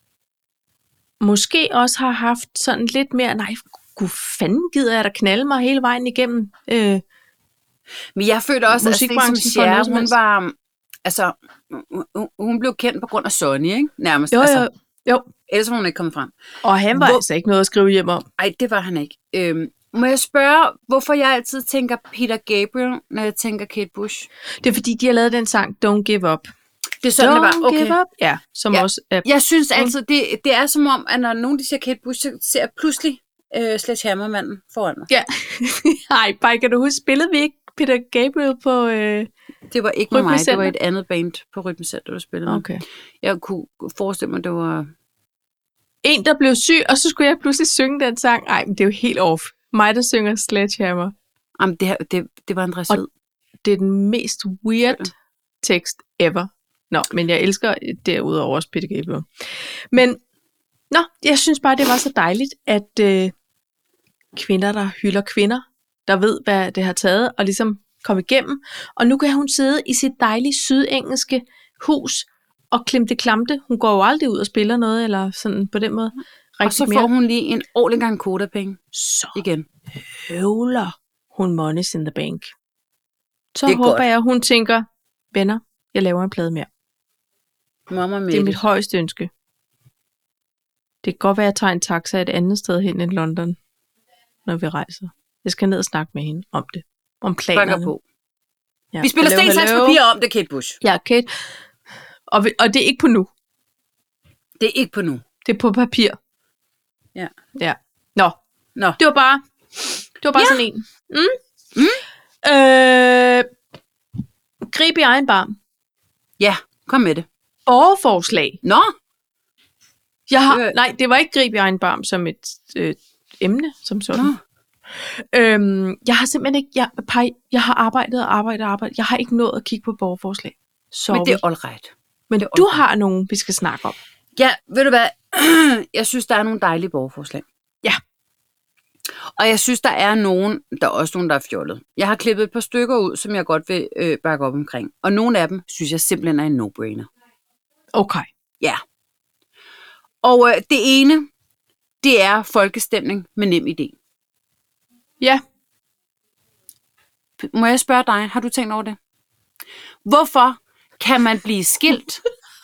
måske også har haft sådan lidt mere, nej, gud fanden gider jeg da knalde mig hele vejen igennem. Øh, Men jeg føler også, at sådan en som Musikbranchen for noget Cher, som hun helst. var... Altså, hun, hun blev kendt på grund af Sonny, ikke? Nærmest. jo, altså, jo, jo. Ellers var hun ikke kommet frem. Og han var Hvor- altså ikke noget at skrive hjem om. Ej, det var han ikke. Øhm, må jeg spørge, hvorfor jeg altid tænker Peter Gabriel, når jeg tænker Kate Bush? Det er fordi, de har lavet den sang Don't Give Up. Det er sådan, det var. Don't Okay. give up. Ja, som Ja. også er... Jeg synes altid, det, det er som om, at når nogen de siger Kate Bush, så ser jeg pludselig øh, Sledgehammer-manden foran mig. Ja. Ej, bare kan du huske, spillede vi ikke Peter Gabriel på... Øh... Det var ikke med mig, det Rytmecenter? var et andet band på Rytmecenter, der spillede. Okay. Jeg kunne forestille mig, det var... En, der blev syg, og så skulle jeg pludselig synge den sang. Ej, men det er jo helt off. Mig, der synger Sledgehammer. Jamen, det, her, det, det var Andreas Og- Hvid. Det er den mest weird tekst ever. Nå, men jeg elsker derudover også Peter Gabriel. Men, nå, jeg synes bare, det var så dejligt, at øh, kvinder, der hylder kvinder, der ved, hvad det har taget, og ligesom kom igennem. Og nu kan hun sidde i sit dejlige sydengelske hus og klimte klamte. Hun går jo aldrig ud og spiller noget, eller sådan på den måde. Og så får hun lige en ordentlig gang kodapenge så igen. høvler hun Money's in the Bank. Så Det er håber godt. jeg, hun tænker, venner, jeg laver en plade mere. Mamma Det er med mit højeste ønske. Det kan godt være, at jeg tager en taxa et andet sted hen end London, når vi rejser. Jeg skal ned og snakke med hende om det. Om planerne. på. Ja. Vi spiller Hallo, sten, saks, hallo. papir om det, Kate Bush. Ja, Kate. Og, vi- og det er ikke på nu. Det er ikke på nu. Det er på papir. Ja. Ja. Nå, Nå. det var bare, det var bare Ja. sådan en. Mm. Mm. Øh, grib i egen barm. Ja, kom med det. Borgerforslag. Nå, Jeg har, Øh. nej, det var ikke grib i egen barm som et øh, emne, som sådan. Nå. Øhm, jeg har simpelthen ikke, jeg, pej, jeg har arbejdet og arbejdet og arbejdet. Jeg har ikke nået at kigge på borgerforslag. Sorry. men det er all right. Men det er du okay. har nogen, vi skal snakke om. Ja, ved du hvad? Jeg synes, der er nogle dejlige borgerforslag. Ja. Og jeg synes, der er nogen, der er også nogen, der er fjollet. Jeg har klippet et par stykker ud, som jeg godt vil øh, bakke op omkring. Og nogle af dem, synes jeg simpelthen er en no-brainer. Okay. Ja. Og øh, det ene, det er folkestemning med nem idé. Ja. Må jeg spørge dig, har du tænkt over det? Hvorfor kan man blive skilt?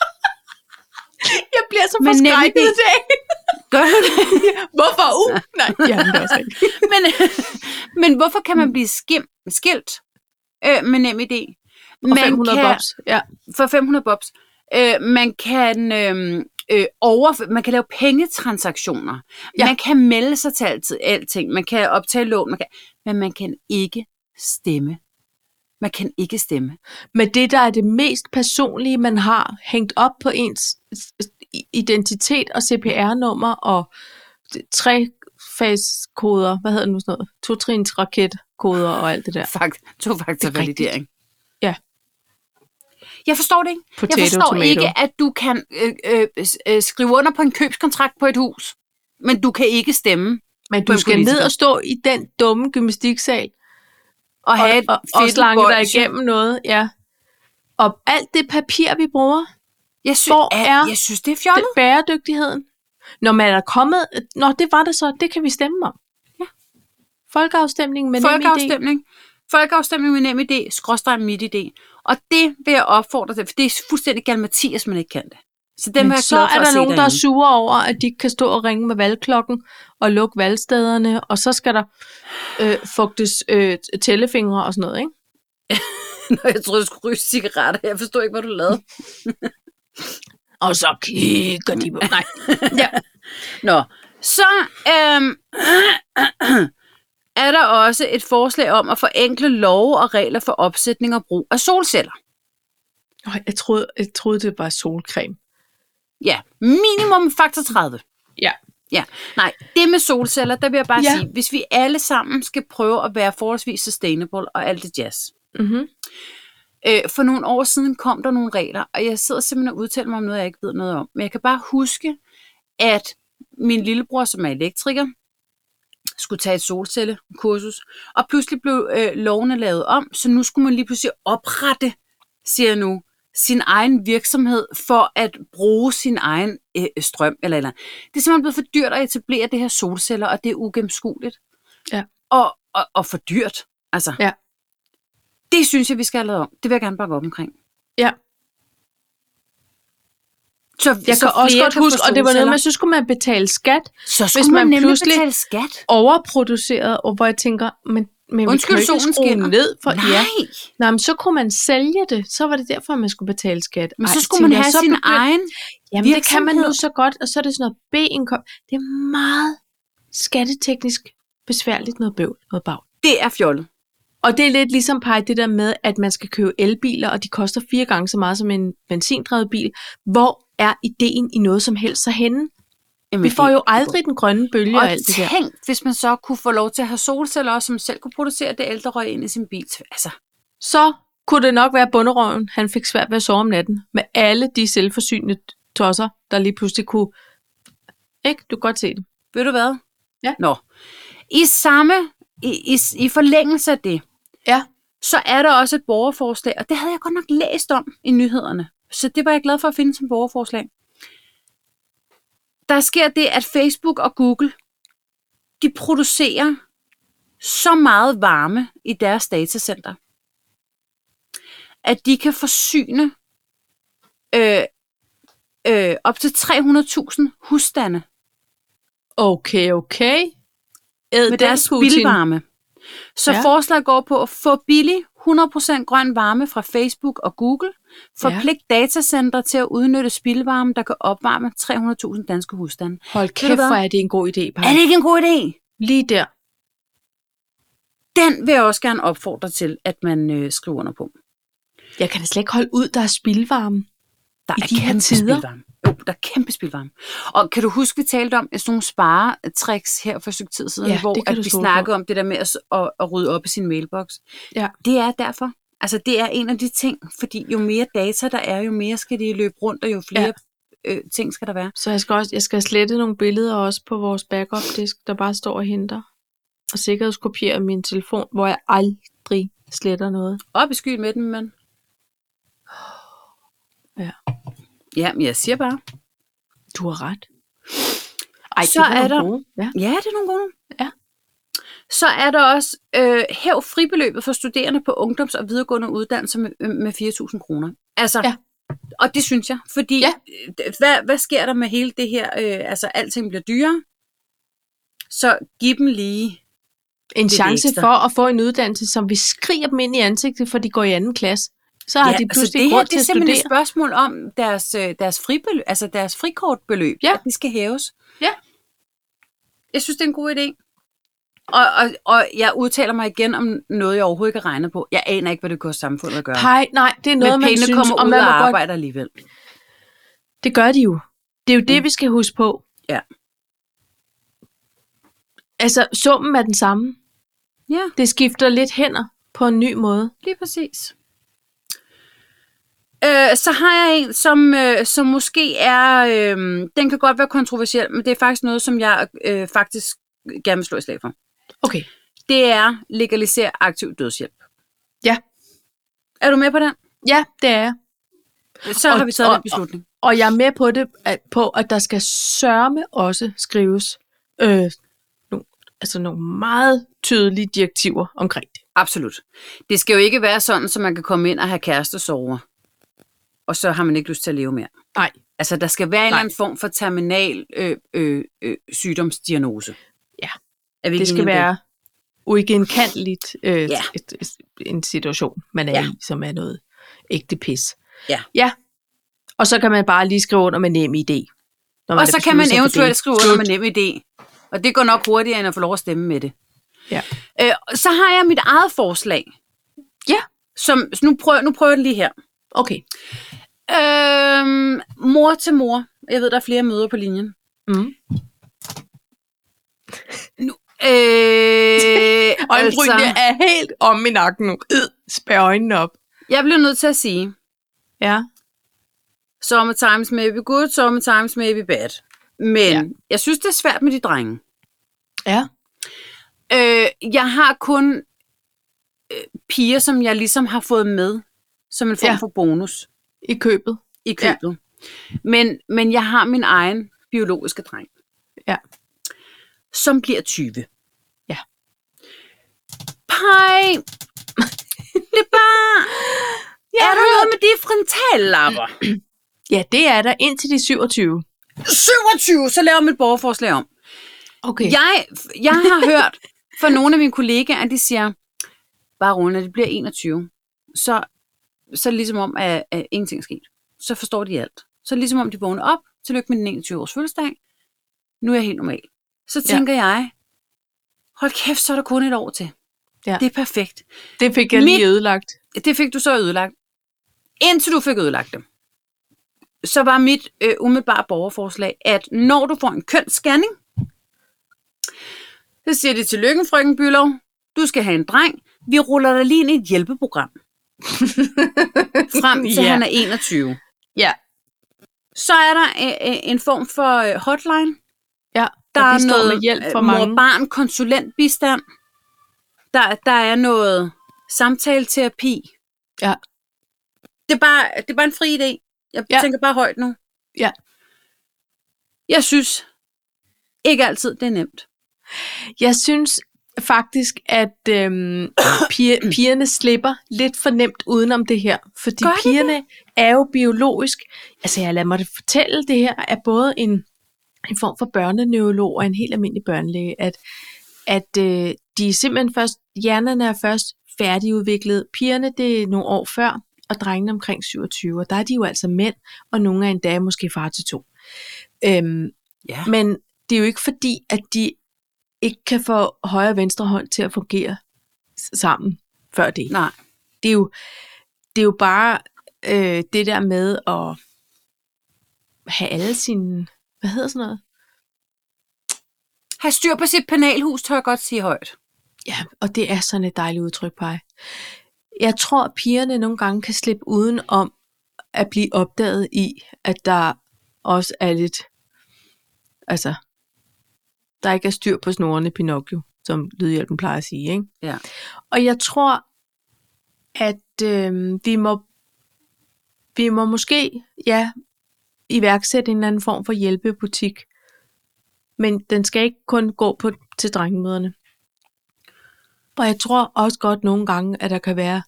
Jeg bliver så Men forskrækket nemlig- i dag. Gør du det? Hvorfor? Uh, nej, ja, men det er også rigtigt. men, men hvorfor kan man blive skim, skilt øh, med nem idé? Og fem hundrede bobs. Ja. For fem hundrede bobs. Øh, man kan øh, øh, over, man kan lave pengetransaktioner. Ja. Man kan melde sig til altid, alting. Man kan optage lån, man kan, men man kan ikke stemme. Man kan ikke stemme. Men det, der er det mest personlige, man har hængt op på ens identitet og C P R-nummer og tre-fase-koder, hvad hedder det nu sådan noget? To-trins raketkoder og alt det der. Fakt, to-faktor-validering. Ja. Jeg forstår det ikke. Potato, jeg forstår tomato. ikke, at du kan øh, øh, øh, skrive under på en købskontrakt på et hus, men du kan ikke stemme. Men du skal ned og stå i den dumme gymnastiksal og, og, have og, og slange dig igennem noget. Ja. Og alt det papir, vi bruger, jeg sy- hvor er jeg synes, det er fjollet. det bæredygtigheden? Når man er kommet... Nå, det var det så. Det kan vi stemme om. Ja. Folkeafstemning med Folkeafstemning. Folkeafstemning med NemID, skråstreg MitID. Og det vil jeg opfordre til, for det er fuldstændig galimatias, man ikke kan det. Så den Men vil jeg så glad for er at der se nogen, der er derinde. sure over, at de ikke kan stå og ringe med valgklokken og lukke valgstederne, og så skal der øh, fugtes øh, tællefingre og sådan noget, ikke? Nå, jeg troede, jeg skulle ryge cigaretter. Jeg forstår ikke, hvad du lavede. Og så kigger de på... Nej. Ja. Nå, så øhm, er der også et forslag om at forenkle love og regler for opsætning og brug af solceller. Jeg troede, jeg troede, det var solcreme. Ja, minimum faktor tredive. Ja. Ja, nej, det med solceller, der vil jeg bare Ja. sige, hvis vi alle sammen skal prøve at være forholdsvis sustainable og alt det jazz. Mm-hmm. Øh, for nogle år siden kom der nogle regler, og jeg sidder simpelthen og udtaler mig om noget, jeg ikke ved noget om. Men jeg kan bare huske, at min lillebror, som er elektriker, skulle tage et solcellekursus, og pludselig blev øh, lovene lavet om, så nu skulle man lige pludselig oprette, siger jeg nu, sin egen virksomhed for at bruge sin egen øh, strøm. Eller, eller. Det er simpelthen blevet for dyrt at etablere det her solceller, og det er ugennemskueligt. Ja. Og, og, og for dyrt. Altså, Ja. det synes jeg, vi skal have lavet om. Det vil jeg gerne bakke op omkring. Ja. Så, Jeg så kan også flere godt kan få huske, og det var noget solceller. med, så skulle man betale skat, Så skulle hvis man, man nemlig pludselig- betale skat. overproduceret, og hvor jeg tænker, men, men Undskyld, vi kan jo ikke solen skrue skinner. ned for... Nej, Ja. Nej, men så kunne man sælge det. Så var det derfor, man skulle betale skat. men Ej, så skulle man tænker jeg, have så sin begynd- egen Jamen, det kan man nu virksomhed. så godt, og så er det sådan noget B-indkom. Det er meget skatteteknisk besværligt noget bøvl, noget bag. Det er fjollet. Og det er lidt ligesom Paj, det der med, at man skal købe elbiler, og de koster fire gange så meget som en benzindrevet bil. Hvor er ideen i noget som helst så henne? Jamen, Vi får det- jo aldrig den grønne bølge og, Og alt det der. tænk, hvis man så kunne få lov til at have solceller, også, som selv kunne producere det ældre røg ind i sin bil. Altså, Så kunne det nok være bunderøven. Han fik svært ved at sove om natten. Med alle de selvforsynende tosser, der lige pludselig kunne... Ikke? Du kan godt se det. ved du hvad? Ja. Nå. I samme, i, i, i forlængelse af det, Ja. så er der også et borgerforslag, og det havde jeg godt nok læst om i nyhederne. Så det var jeg glad for at finde som borgerforslag. Der sker det, at Facebook og Google, de producerer så meget varme i deres datacenter, at de kan forsyne øh, øh, op til tre hundrede tusind husstande Okay, okay. Æd med den, deres Putin. spildvarme. Så Ja. ja. forslaget går på at få billig hundrede procent grøn varme fra Facebook og Google. Forpligt ja. datacenter til at udnytte spildvarme, der kan opvarme tre hundrede tusind danske husstande. Hold du kæft, hvad? hvor er det en god idé, Paj. Er det ikke en god idé? Lige der. Den vil jeg også gerne opfordre til, at man øh, skriver under på. Jeg kan da slet ikke holde ud, der er spildvarme. Der I er de her kæmpe tider? spildvarme. Jo, der er kæmpe spildvarme. Og kan du huske, vi talte om sådan nogle sparetricks her for et stykke tid siden, Ja, hvor det kan at du vi stole snakkede om det der med at, at, at rydde op i sin mailbox. Ja. Det er derfor. Altså, det er en af de ting, fordi jo mere data der er, jo mere skal de løbe rundt, og jo flere ja. øh, ting skal der være. Så jeg skal også jeg skal slette nogle billeder også på vores backup-disk, der bare står og henter. Og sikkerhedskopiere min telefon, hvor jeg aldrig sletter noget. Op i skyen med den, mand. Ja. Ja, men jeg siger bare. Du har ret. Ej, Så det var er nogle der- gode. Ja. Ja, det er nogle gode. Ja. Så er der også øh, hæv fribeløbet for studerende på ungdoms- og videregående uddannelser med, med fire tusind kroner. Altså, Ja. og det synes jeg, fordi Ja. øh, hvad, hvad sker der med hele det her? Øh, altså, alting bliver dyrere. Så giv dem lige. En Det er chance ekstra. for at få en uddannelse, som vi skriger dem ind i ansigtet, for de går i anden klasse. Så har Ja, de altså pludselig det her, grund det til er at simpelthen et studere. spørgsmål om deres, øh, deres fribeløb, altså deres frikortbeløb, Ja. at de skal hæves. Ja. Jeg synes, det er en god idé. Og, og, og jeg udtaler mig igen om noget, jeg overhovedet ikke har regnet på. Jeg aner ikke, hvad det koster samfundet at gøre. Pej, nej, det er noget, Men man pengene synes, kommer og ud man og må godt... arbejder alligevel. Det gør de jo. Det er jo det, Mm. vi skal huske på. Ja. Altså, summen er den samme. Ja, Det skifter lidt hænder på en ny måde. lige præcis. Øh, så har jeg en, som, øh, som måske er... Øh, den kan godt være kontroversiel, men det er faktisk noget, som jeg øh, faktisk gerne vil slå i slag for. Okay. Det er legalisere aktiv dødshjælp. Ja. Er du med på den? Ja, det er jeg. Så Og- har vi taget og- den beslutning. Og jeg er med på det, at, på, at der skal sørme også skrives øh, nogle, altså nogle meget tydelige direktiver omkring det. Absolut. Det skal jo ikke være sådan, så man kan komme ind og have kærestesorger, og så har man ikke lyst til at leve mere. Nej. Altså, der skal være en Nej. eller anden form for terminal øh, øh, øh, sygdomsdiagnose. Ja. Er vi Det ikke skal enige om være uigenkaldeligt øh, Ja. et, et, en situation, man er Ja. i, som er noget ægte pis. Ja. Ja. Og så kan man bare lige skrive under med nem idé. Når man Og har så kan man besluttet sig for eventuelt det. skrive under Slut. med nem idé. Og det går nok hurtigere, end at få lov at stemme med det. Ja. Øh, så har jeg mit eget forslag. Ja. Som, så nu, prøver, nu prøver jeg det lige her. Okay. Øhm, mor til mor. Jeg ved, der er flere møder på linjen. Mm. Nu, øh, Øjenbrynene er helt om i nakken nu. Øh, spær øjnene op. jeg bliver nødt til at sige, Ja. sometimes may be good, sometimes may be bad. Men Ja. ja. jeg synes, det er svært med de drenge. Ja. Øh, jeg har kun øh, piger, som jeg ligesom har fået med som en form Ja. ja. for bonus I købet. i købet. Ja. Men, men jeg har min egen biologiske dreng. Ja. Som bliver tyve. Ja. Pej! Det er bare... Jeg er har der hørt- noget med de frontallapper? Ja, det er der indtil de syvogtyve. syvogtyve, så laver mit borgerforslag om. Okay. Jeg, jeg har hørt fra nogle af mine kollegaer, at de siger, bare roligt, når det bliver enogtyve, så, så er det ligesom om, at, at ingenting er sket. Så forstår de alt. Så er det ligesom om, de vågner op, tillykke med den enogtyve års fødselsdag, nu er jeg helt normal. Så tænker ja. jeg, hold kæft, så er der kun et år til. Ja. Det er perfekt. Det fik jeg lige Mit- ødelagt. Det fik du så ødelagt. Indtil du fik ødelagt det, så var mit øh, umiddelbare borgerforslag, at når du får en kønsscanning, så siger de til lykken, frøken Bülow, du skal have en dreng, vi ruller dig lige ind i et hjælpeprogram. Frem til Ja. han er enogtyve. Ja. Så er der øh, øh, en form for øh, hotline. Ja. Der og er bistår noget med hjælp for øh, mange. mor-barn konsulentbistand. Der, der er noget samtaleterapi. Ja. Det er bare, det er bare en fri idé. Jeg Ja. ja. tænker bare højt nu. Ja. Jeg synes ikke altid, det er nemt. Jeg synes faktisk, at øhm, piger, pigerne slipper lidt for nemt udenom det her. Fordi Gør de pigerne er jo biologisk. Altså, jeg lader mig det fortælle, det her er både en, en form for børneneurolog og en helt almindelig børnelæge, at, at øh, de er simpelthen først, hjernerne er først færdigudviklet. Pigerne, det er nogle år før, og drengene omkring syvogtyve. Og der er de jo altså mænd, og nogle er endda måske far til to. Øhm, Ja. Men det er jo ikke fordi, at de ikke kan få højre og venstre hånd til at fungere s- sammen før det. Nej. Det er jo, det er jo bare øh, det der med at have alle sine, hvad hedder sådan noget? Have styr på sit penalhus, tør jeg godt sige højt. Ja, og det er sådan et dejligt udtryk, Paj. Jeg tror, at pigerne nogle gange kan slippe uden om at blive opdaget i, at der også er lidt, altså, der ikke er styr på snorene Pinocchio, som Lydhjælpen plejer at sige, ikke? Ja. Og jeg tror, at øh, vi må vi må måske, ja, iværksætte en eller anden form for hjælpebutik, men den skal ikke kun gå på til drengemøderne. Og jeg tror også godt nogle gange, at der kan være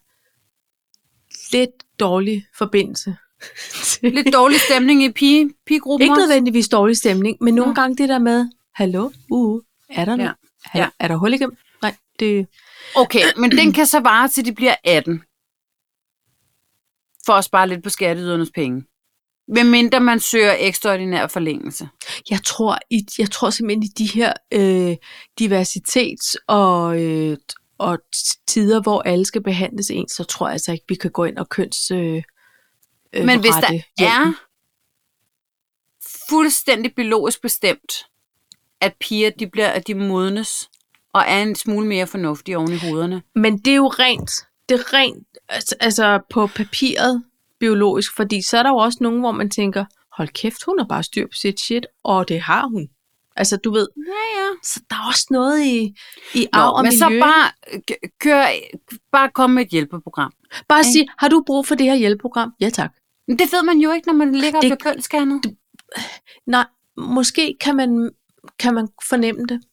lidt dårlig forbindelse. Lidt dårlig stemning i pige, pigegruppen Ikke også. nødvendigvis dårlig stemning, men nogle Nå. gange det der med, hallo, uh, er der, Ja. ja. er, Ja. er der hul igennem? Nej, det, Okay, men den kan så vare til de bliver atten. for at spare lidt på skatteydernes penge. Hvem mindre man søger ekstraordinær forlængelse. Jeg tror, i, jeg tror simpelthen i de her øh, diversitets- og, øh, og tider, hvor alle skal behandles ens, så tror jeg altså ikke, vi kan gå ind og køns øh, øh, Men hvis der hjælpen. er fuldstændig biologisk bestemt, at piger de bliver, at de modnes og er en smule mere fornuftige oven i hovederne. Men det er jo rent, det er rent altså, altså på papiret biologisk, fordi så er der jo også nogen, hvor man tænker, hold kæft, hun har bare styr på sit shit, og det har hun. Altså, du ved, Ja, ja. så der er også noget i, i Nå, arv og men miljø. så bare k- kør, bare kom med et hjælpeprogram. Bare sige, har du brug for det her hjælpeprogram? Ja, tak. Men det ved man jo ikke, når man ligger og Det- bliver kønsscannet. Nej, måske kan man, kan man fornemme det.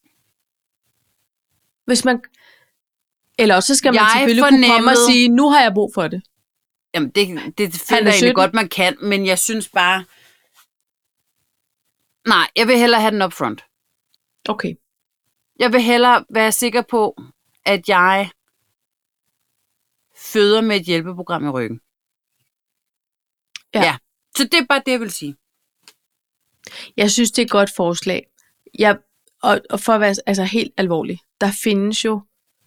Hvis man... Eller også så skal man Jeg selvfølgelig kunne komme og fornemmede- sige, nu har jeg brug for det. Jamen, det, det Han føler er jeg egentlig sytten. godt, man kan, men jeg synes bare... Nej, jeg vil hellere have den up front. Okay. Jeg vil hellere være sikker på, at jeg føder med et hjælpeprogram i ryggen. Ja. ja. Så det er bare det, jeg vil sige. Jeg synes, det er et godt forslag. Jeg, og, og for at være altså, helt alvorlig, der findes jo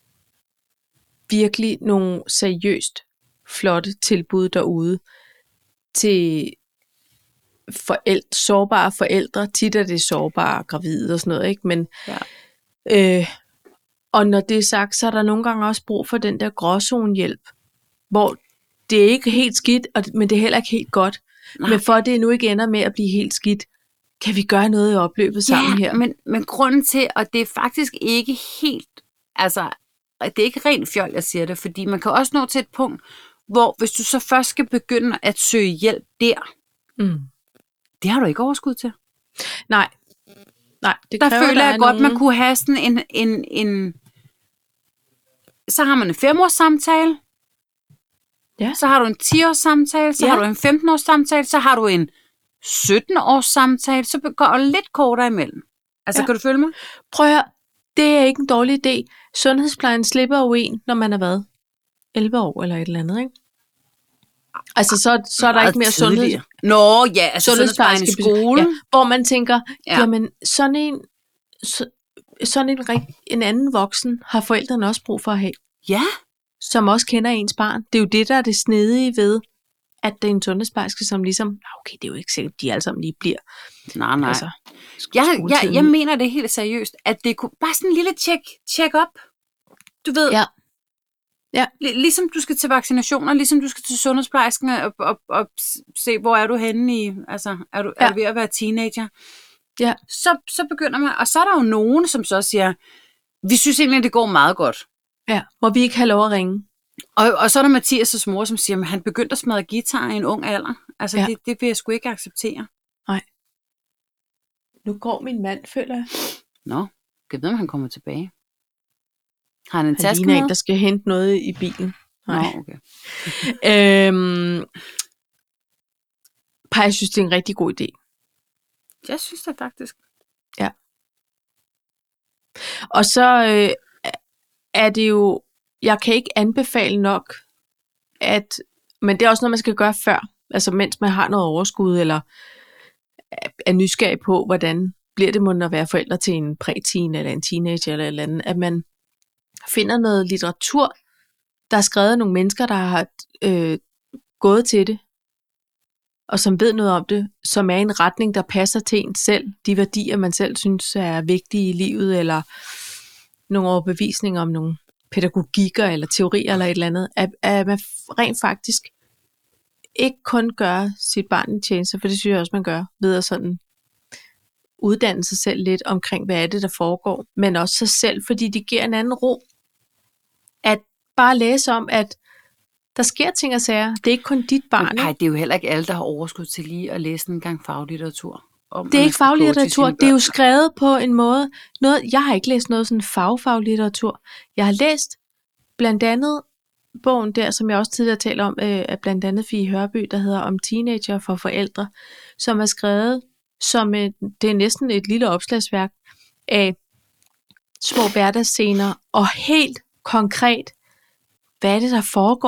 virkelig nogle seriøst flotte tilbud derude til forældre, sårbare forældre. Tit er det sårbare gravide og sådan noget, ikke? Men, Ja. øh, og når det er sagt, så er der nogle gange også brug for den der gråzonehjælp, hvor det er ikke helt skidt, og, men det er heller ikke helt godt. Nej. Men for at det nu ikke ender med at blive helt skidt, kan vi gøre noget i opløbet sammen her. men, men grunden til, og det er faktisk ikke helt, altså, det er ikke rent fjol, jeg siger det, fordi man kan også nå til et punkt, hvor hvis du så først skal begynde at søge hjælp der, Mm. det har du ikke overskud til. Nej, Nej, det Der kræver, føler der jeg er godt, nogen... man kunne have sådan en, en, en... Så har man en femårs samtale, Ja. så har du en ti-års samtale, så Ja. har du en femten-års samtale, så har du en sytten-års samtale, så går det lidt kortere imellem. Altså, Ja. kan du følge mig? Prøv at høre, det er ikke en dårlig idé. Sundhedsplejen slipper jo en, når man er hvad? elleve år eller et eller andet, ikke? Altså, så, så er der Meget ikke mere sundhed, tidligere. Nå, ja, altså sundhedsplejen i skole. Ja, hvor man tænker, Ja. ja. jamen, sådan en, så, sådan en, rig- en anden voksen har forældrene også brug for at have, Ja. som også kender ens barn. Det er jo det, der er det snedige ved, at det er en sundhedsplejerske, som ligesom, "Nå, okay, det er jo ikke sikkert, at de alle sammen lige bliver. Nej, nej. Altså, Jeg, jeg, skoletiden jeg ud." mener det helt seriøst, at det kunne bare sådan en lille check, check up. Du ved, Ja. Ja. Lig- ligesom du skal til vaccinationer, ligesom du skal til sundhedsplejersken og, og, og se, hvor er du henne i, altså, er du, ja. er Ja. du ved at være teenager? Ja. Så, så begynder man, og så er der jo nogen, som så siger, vi synes egentlig, at det går meget godt. Ja, må vi ikke have lov at ringe? Og, og så er der Mathias' mor, som siger, at han begyndte at smadre guitar i en ung alder. Altså, ja. Ja. det, det vil jeg sgu ikke acceptere. Nu går min mand, føler jeg. Nå, kan jeg vide, om han kommer tilbage? Har han en Han taske ligner med? en, der skal hente noget i bilen. Nej. Nå, okay. Øhm, Paj, jeg synes, det er en rigtig god idé. Jeg synes det faktisk. Og så øh, er det jo, jeg kan ikke anbefale nok, at, men det er også noget, man skal gøre før, altså mens man har noget overskud, eller er nysgerrig på, hvordan bliver det måden at være forældre til en præteen, eller en teenager, eller et eller andet, at man finder noget litteratur, der er skrevet af nogle mennesker, der har øh, gået til det, og som ved noget om det, som er i en retning, der passer til en selv, de værdier, man selv synes er vigtige i livet, eller nogle overbevisninger om nogle pædagogikker, eller teorier, eller et eller andet, at, at man rent faktisk ikke kun gør sit barn en tjeneste, for det synes jeg også, man gør, ved at sådan uddanne sig selv lidt omkring, hvad er det, der foregår, men også sig selv, fordi det giver en anden ro, at bare læse om, at der sker ting og sager. Det er ikke kun dit barn. Nej, det er jo heller ikke alle, der har overskud til lige at læse en gang faglitteratur. Om, Det er at man ikke skal coache faglitteratur. sine Det er jo børn. skrevet på en måde. Noget, jeg har ikke læst noget sådan fagfaglitteratur. Jeg har læst blandt andet bogen der, som jeg også tidligere talte om, øh, af blandt andet Fie Hørby, der hedder Om teenager for forældre, som er skrevet som et, det er næsten et lille opslagsværk af små hverdagsscener, og helt konkret, hvad er det, der foregår,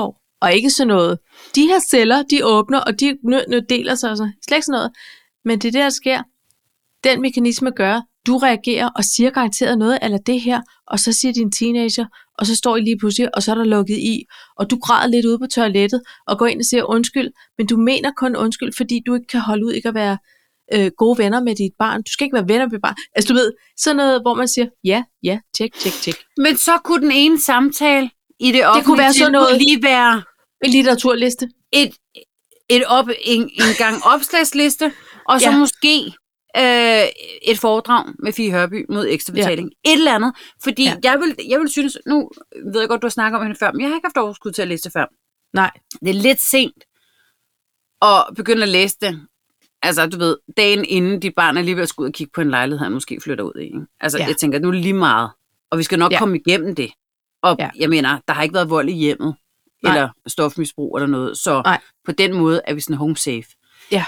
Og ikke sådan noget, de her celler, de åbner, og de nø- nø- deler sig, og så. Slet ikke sådan noget. Men det er det, der sker. Den mekanisme gør, du reagerer og siger garanteret noget, eller det her, og så siger din teenager, og så står I lige pludselig, og så er der lukket i, og du græder lidt ude på toilettet, og går ind og siger undskyld, men du mener kun undskyld, fordi du ikke kan holde ud ikke at være øh, gode venner med dit barn. Du skal ikke være venner med dit barn. Altså du ved, sådan noget, hvor man siger, ja, ja, tjek, tjek, tjek. Men så kunne den ene samtale i det offentlige Det kunne være sådan noget, lige være en litteraturliste. et, et op, en, en gang opslagsliste, og så Ja. måske øh, et foredrag med Fie Hørby mod ekstra betaling. Ja. Et eller andet. Fordi Ja. jeg, vil, jeg vil synes, nu ved jeg godt, du har snakket om hende før, men jeg har ikke haft overskud til at læse det før. Nej. Det er lidt sent at begynde at læse det. Altså, du ved, dagen inden dit barn er lige ved at skulle ud og kigge på en lejlighed, han måske flytter ud i. Ikke? Altså, Ja. jeg tænker, nu er det lige meget. Og vi skal nok Ja. komme igennem det. Og Ja. jeg mener, der har ikke været vold i hjemmet, Nej. eller stofmisbrug eller noget. Så Nej. på den måde er vi sådan home safe. Ja.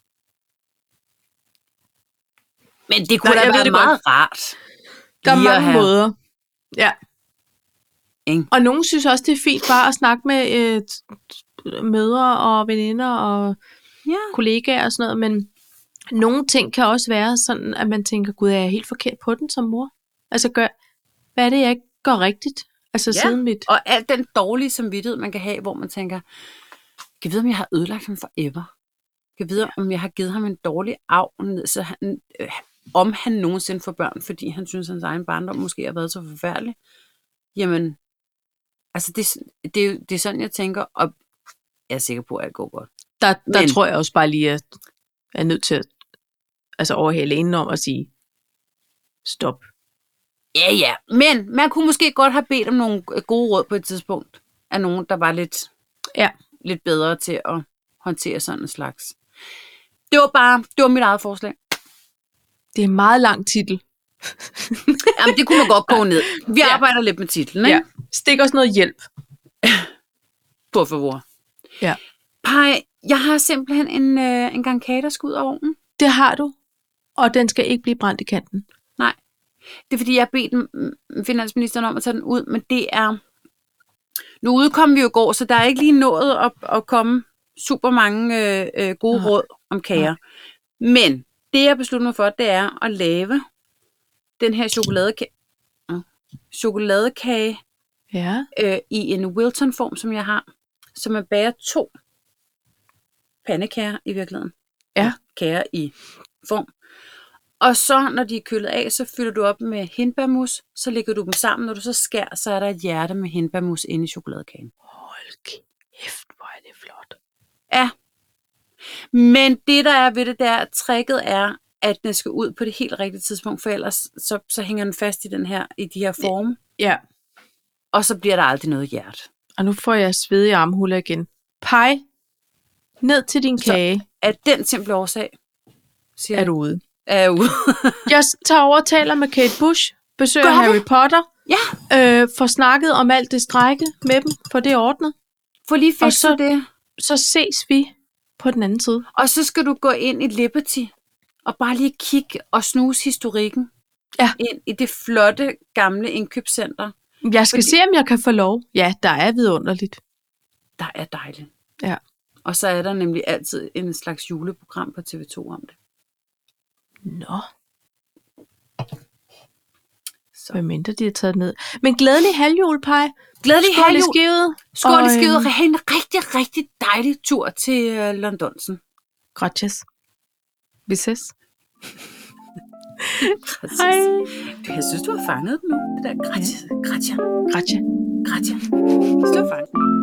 Men det kunne Nej, da jeg ved være det meget godt. rart. Der er lige at mange have- måder. Ja. Ikke? Og nogen synes også, det er fint bare at snakke med øh, t- mødre og veninder og Ja. kollegaer og sådan noget, men nogle ting kan også være sådan, at man tænker, gud, er jeg helt forkert på den som mor? Altså, gør, hvad er det, jeg ikke gør rigtigt? Altså, Ja. siden mit... Og al den dårlige samvittighed, man kan have, hvor man tænker, kan jeg vide, om jeg har ødelagt ham forever? Kan jeg vide, ja. om jeg har givet ham en dårlig arv, ned, så han, øh, om han nogensinde får børn, fordi han synes, at hans egen barndom måske har været så forfærdelig? Jamen, altså, det, det, er jo- det er sådan, jeg tænker, og jeg er sikker på, at alt går godt. Der, der Men- tror jeg også bare lige, at jeg er nødt til at altså overhale inden om at sige, stop. Ja, ja. Men man kunne måske godt have bedt om nogle gode råd på et tidspunkt, af nogen, der var lidt, Ja. lidt bedre til at håndtere sådan en slags. Det var bare, det var mit eget forslag. Det er en meget lang titel. Jamen, det kunne man godt gå ned. Vi Ja. arbejder lidt med titlen, ikke? Ja. Stik os noget hjælp. På favor. Ja. Pej, jeg har simpelthen en, øh, en gang kage, der skal ud af ovnen. Det har du, og den skal ikke blive brændt i kanten. Nej. Det er, fordi jeg har bedt mm, finansministeren om at tage den ud, men det er... Nu udkom vi jo i går, så der er ikke lige nået at, at komme super mange øh, øh, gode Nej. råd om kager. Men det, jeg beslutter mig for, det er at lave den her chokoladekage, øh, chokoladekage Ja. øh, i en Wilton-form, som jeg har, som man bager to pandekager i virkeligheden. Ja. Kager i form. Og så, når de er kølet af, så fylder du op med hindbærmus, så lægger du dem sammen. Når du så skærer, så er der et hjerte med hindbærmus inde i chokoladekagen. Hold kæft, hvor er det flot. Ja. Men det, der er ved det der, tricket er, at den skal ud på det helt rigtige tidspunkt, for ellers så, så hænger den fast i, den her, i de her forme, Ja, og så bliver der aldrig noget hjerte. og nu får jeg svedige armhuller igen. Pej, ned til din Så- kage, Af den simple årsag, siger er jeg, du ude. er jeg ude. Jeg tager over og taler med Kate Bush, besøger Gør Harry det? Potter, Ja, øh, får snakket om alt det strække med dem, for det er ordnet. få lige Og fikset så- det. Så ses vi på den anden side. Og så skal du gå ind i Liberty, og bare lige kigge og snuse historikken. Ja. Ind i det flotte, gamle indkøbscenter. Jeg skal Fordi- se, om jeg kan få lov. Ja, der er vidunderligt. Der er dejligt. Ja. Og så er der nemlig altid en slags juleprogram på T V to om det. Nå, Så. hvad mindre de har taget ned. Men glædelig halvjul, Pej. Glædelig Skål i halvjul. skivet. Skål i Og, skivet. øhm, Ha' en rigtig, rigtig dejlig tur til uh, Londonsen. Gracias. Vi ses. Præcis. Hej. Jeg synes, du har fanget den nu. Det der gratia. Gratia. Gracias. Gratia. Jeg synes, du har fanget den.